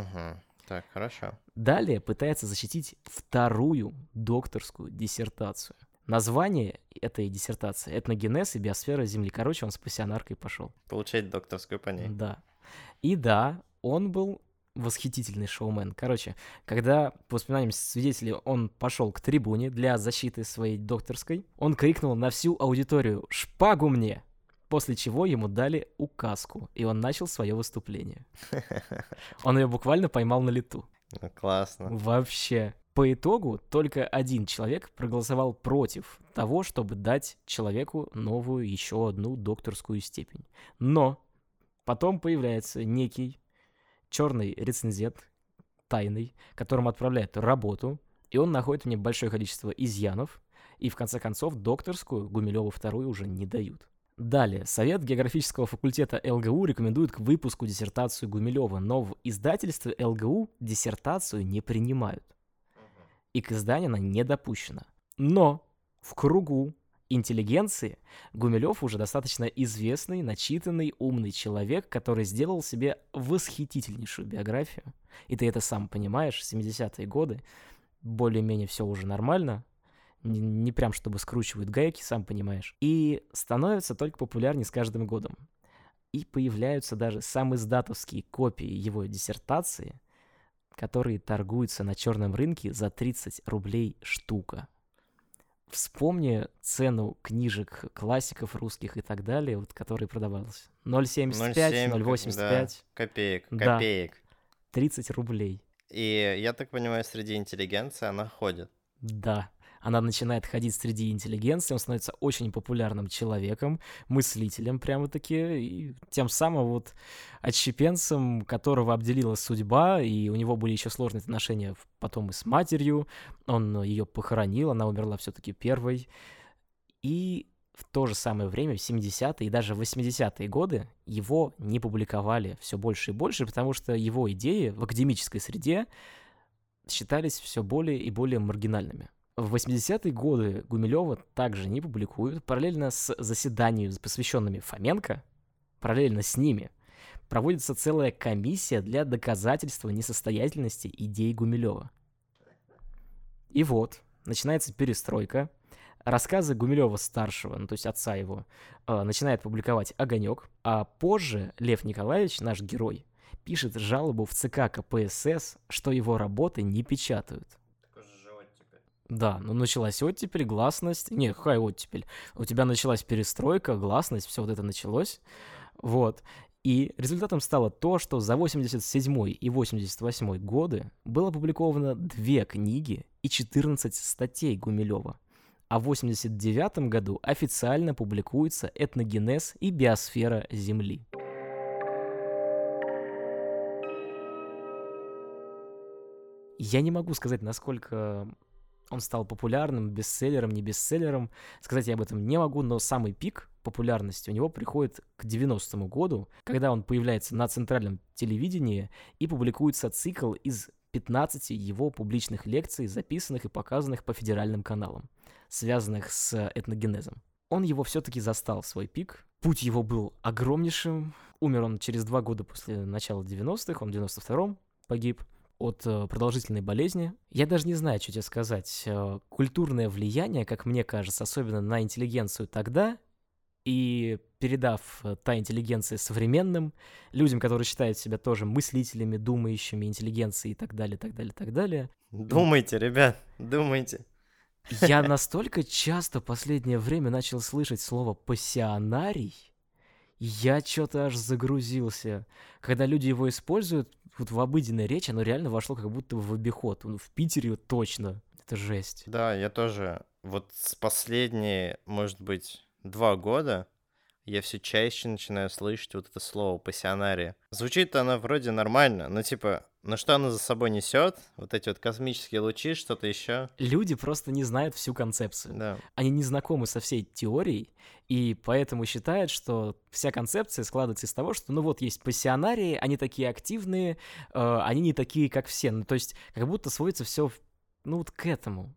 Так, хорошо. Далее пытается защитить вторую докторскую диссертацию. Название этой диссертации — «Этногенез и биосфера Земли». Короче, он с пассионаркой пошел. Получать докторскую по ней. Да. И да, он был восхитительный шоумен. Короче, когда, по воспоминаниям свидетелей, он пошел к трибуне для защиты своей докторской, он крикнул на всю аудиторию «Шпагу мне!», после чего ему дали указку, и он начал свое выступление. Он ее буквально поймал на лету. Классно. Вообще. По итогу только один человек проголосовал против того, чтобы дать человеку новую еще одну докторскую степень. Но потом появляется некий черный рецензент, тайный, которому отправляют работу, и он находит в ней большое количество изъянов, и в конце концов докторскую Гумилеву вторую уже не дают. Далее, Совет географического факультета ЛГУ рекомендует к выпуску диссертацию Гумилева, но в издательстве ЛГУ диссертацию не принимают. И к изданию она не допущена. Но в кругу интеллигенции Гумилев уже достаточно известный, начитанный, умный человек, который сделал себе восхитительнейшую биографию. И ты это сам понимаешь, 70-е годы, более-менее все уже нормально, не прям чтобы скручивают гайки, сам понимаешь. И становится только популярнее с каждым годом. И появляются даже самиздатовские копии его диссертации, которые торгуются на черном рынке за 30 рублей штука. Вспомни цену книжек классиков русских и так далее, вот, которые продавались. 0,75, 0,85. Да, копеек, Да. копеек. 30 рублей. И я так понимаю, среди интеллигенции она ходит. Да. Она начинает ходить среди интеллигенции, он становится очень популярным человеком, мыслителем прямо-таки, и тем самым вот отщепенцем, которого обделила судьба, и у него были еще сложные отношения потом и с матерью, он ее похоронил, она умерла все-таки первой, и в то же самое время, в 70-е и даже 80-е годы, его не публиковали все больше и больше, потому что его идеи в академической среде считались все более и более маргинальными. В 80-е годы Гумилёва также не публикуют. Параллельно с заседаниями, посвященными Фоменко, параллельно с ними проводится целая комиссия для доказательства несостоятельности идей Гумилёва. И вот, начинается перестройка. Рассказы Гумилёва-старшего, ну то есть отца его, начинает публиковать «Огонёк», а позже Лев Николаевич, наш герой, пишет жалобу в ЦК КПСС, что его работы не печатают. Да, ну началась оттепель, гласность. Не, какая оттепель? У тебя началась перестройка, гласность, все вот это началось. Вот. И результатом стало то, что за 87 и 88 годы было опубликовано 2 книги и 14 статей Гумилёва. А в 89 году официально публикуется «Этногенез и биосфера Земли». Я не могу сказать, насколько он стал популярным, бестселлером, не бестселлером. Сказать я об этом не могу, но самый пик популярности у него приходит к 90-му году, когда он появляется на центральном телевидении и публикуется цикл из 15 его публичных лекций, записанных и показанных по федеральным каналам, связанных с этногенезом. Он его все-таки застал, свой пик. Путь его был огромнейшим. Умер он через 2 года после начала 90-х, он в 92-м погиб от продолжительной болезни. Я даже не знаю, что тебе сказать. Культурное влияние, как мне кажется, особенно на интеллигенцию тогда, и передав та интеллигенция современным людям, которые считают себя тоже мыслителями, думающими, интеллигенцией и так далее, так далее, так далее. Думайте, ребят, думайте. Я настолько часто в последнее время начал слышать слово «пассионарий», я что-то аж загрузился. Когда люди его используют, вот в обыденной речи, оно реально вошло как будто в обиход. Ну, в Питере вот точно. Это жесть. Да, я тоже. Вот с последние, может быть, 2 года я все чаще начинаю слышать вот это слово «пассионария». Звучит оно вроде нормально, но типа, но что оно за собой несет? Вот эти вот космические лучи, что-то еще. Люди просто не знают всю концепцию. Да. Они не знакомы со всей теорией, и поэтому считают, что вся концепция складывается из того, что ну вот есть пассионарии, они такие активные, они не такие, как все. Ну то есть как будто сводится все ну вот к этому.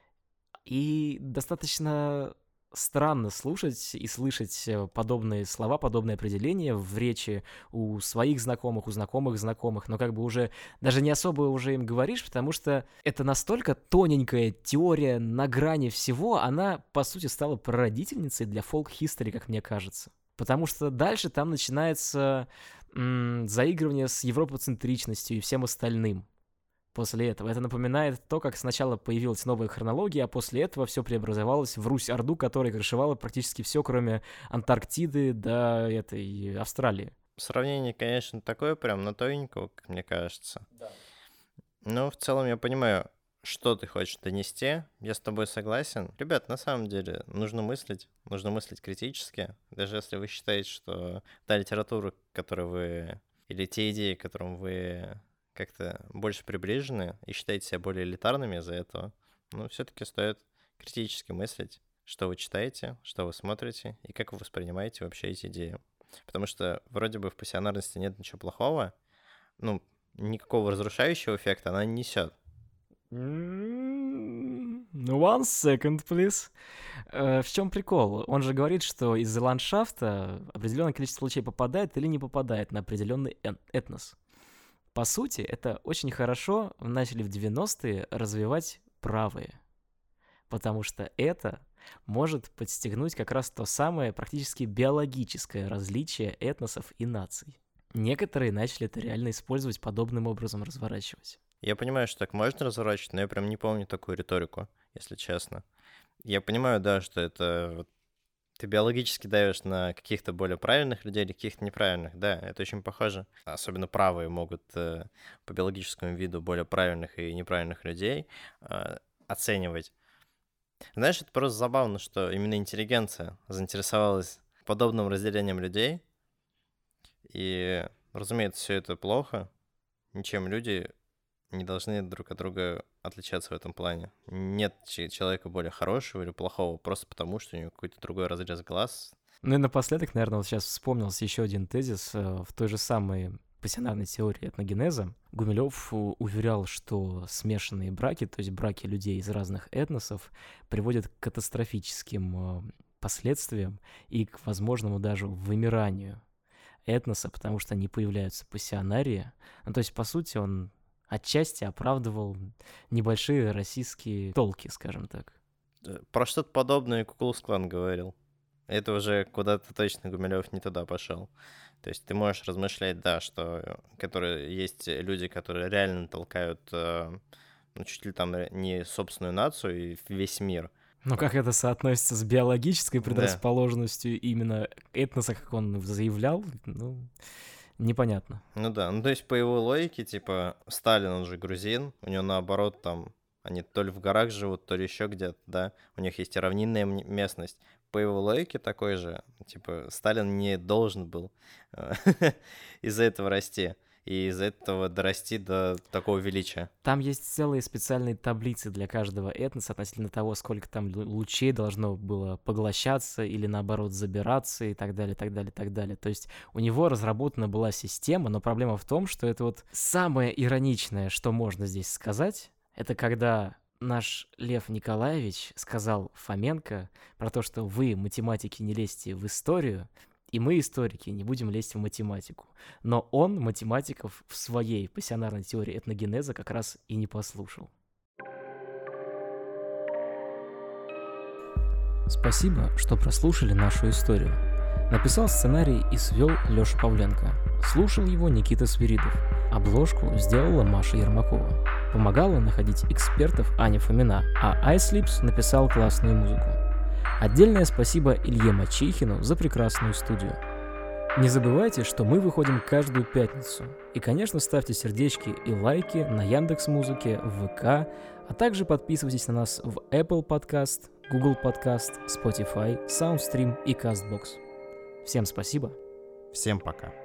И достаточно странно слушать и слышать подобные слова, подобные определения в речи у своих знакомых, у знакомых знакомых, но как бы уже даже не особо уже им говоришь, потому что это настолько тоненькая теория на грани всего, она, по сути, стала прародительницей для фолк-хистори, как мне кажется. Потому что дальше там начинается заигрывание с европоцентричностью и всем остальным. После этого. Это напоминает то, как сначала появилась новая хронология, а после этого все преобразовалось в Русь-Орду, которая крышевала практически все, кроме Антарктиды до этой Австралии. Сравнение, конечно, такое прям на тоненького, как мне кажется. Да. Но в целом я понимаю, что ты хочешь донести. Я с тобой согласен. Ребят, на самом деле нужно мыслить критически. Даже если вы считаете, что та литература, которую вы... или те идеи, к которым вы как-то больше приближены и считаете себя более элитарными из-за этого, но все-таки стоит критически мыслить, что вы читаете, что вы смотрите и как вы воспринимаете вообще эти идеи. Потому что вроде бы в пассионарности нет ничего плохого, ну, никакого разрушающего эффекта она не несет. One second, please. В чем прикол? Он же говорит, что из-за ландшафта определенное количество лучей попадает или не попадает на определенный этнос. По сути, это очень хорошо начали в 90-е развивать правые, потому что это может подстегнуть как раз то самое практически биологическое различие этносов и наций. Некоторые начали это реально использовать, подобным образом разворачивать. Я понимаю, что так можно разворачивать, но я прям не помню такую риторику, если честно. Я понимаю, да, что это вот ты биологически давишь на каких-то более правильных людей или каких-то неправильных. Да, это очень похоже. Особенно правые могут по биологическому виду более правильных и неправильных людей оценивать. Знаешь, это просто забавно, что именно интеллигенция заинтересовалась подобным разделением людей. И, разумеется, все это плохо. Ничем люди не должны друг от друга отличаться в этом плане. Нет человека более хорошего или плохого, просто потому, что у него какой-то другой разрез глаз. Ну и напоследок, наверное, вот сейчас вспомнился еще один тезис в той же самой пассионарной теории этногенеза. Гумилев уверял, что смешанные браки, то есть браки людей из разных этносов, приводят к катастрофическим последствиям и к возможному даже вымиранию этноса, потому что не появляются пассионарии. Ну, то есть, по сути, он отчасти оправдывал небольшие российские толки, скажем так. Про что-то подобное Ку-клукс-клан говорил. Это уже куда-то точно Гумилев не туда пошел. То есть ты можешь размышлять, да, что есть люди, которые реально толкают чуть ли там не собственную нацию и весь мир. Но как это соотносится с биологической предрасположенностью именно этноса, как он заявлял, непонятно. Ну да, то есть по его логике, типа, Сталин, он же грузин, у него наоборот там, они то ли в горах живут, то ли еще где-то, да, у них есть и равнинная местность. По его логике такой же, типа, Сталин не должен был из-за этого расти. И из-за этого дорасти до такого величия. Там есть целые специальные таблицы для каждого этноса относительно того, сколько там лучей должно было поглощаться или, наоборот, забираться и так далее, так далее, так далее. То есть у него разработана была система, но проблема в том, что это вот самое ироничное, что можно здесь сказать, это когда наш Лев Николаевич сказал Фоменко про то, что вы, математики, не лезьте в историю, и мы, историки, не будем лезть в математику. Но он математиков в своей пассионарной теории этногенеза как раз и не послушал. Спасибо, что прослушали нашу историю. Написал сценарий и свел Лёша Павленко. Слушал его Никита Свиридов. Обложку сделала Маша Ермакова. Помогала находить экспертов Аня Фомина, а iSlips написал классную музыку. Отдельное спасибо Илье Мачихину за прекрасную студию. Не забывайте, что мы выходим каждую пятницу. И, конечно, ставьте сердечки и лайки на Яндекс.Музыке, в ВК, а также подписывайтесь на нас в Apple Podcast, Google Podcast, Spotify, SoundStream и CastBox. Всем спасибо. Всем пока.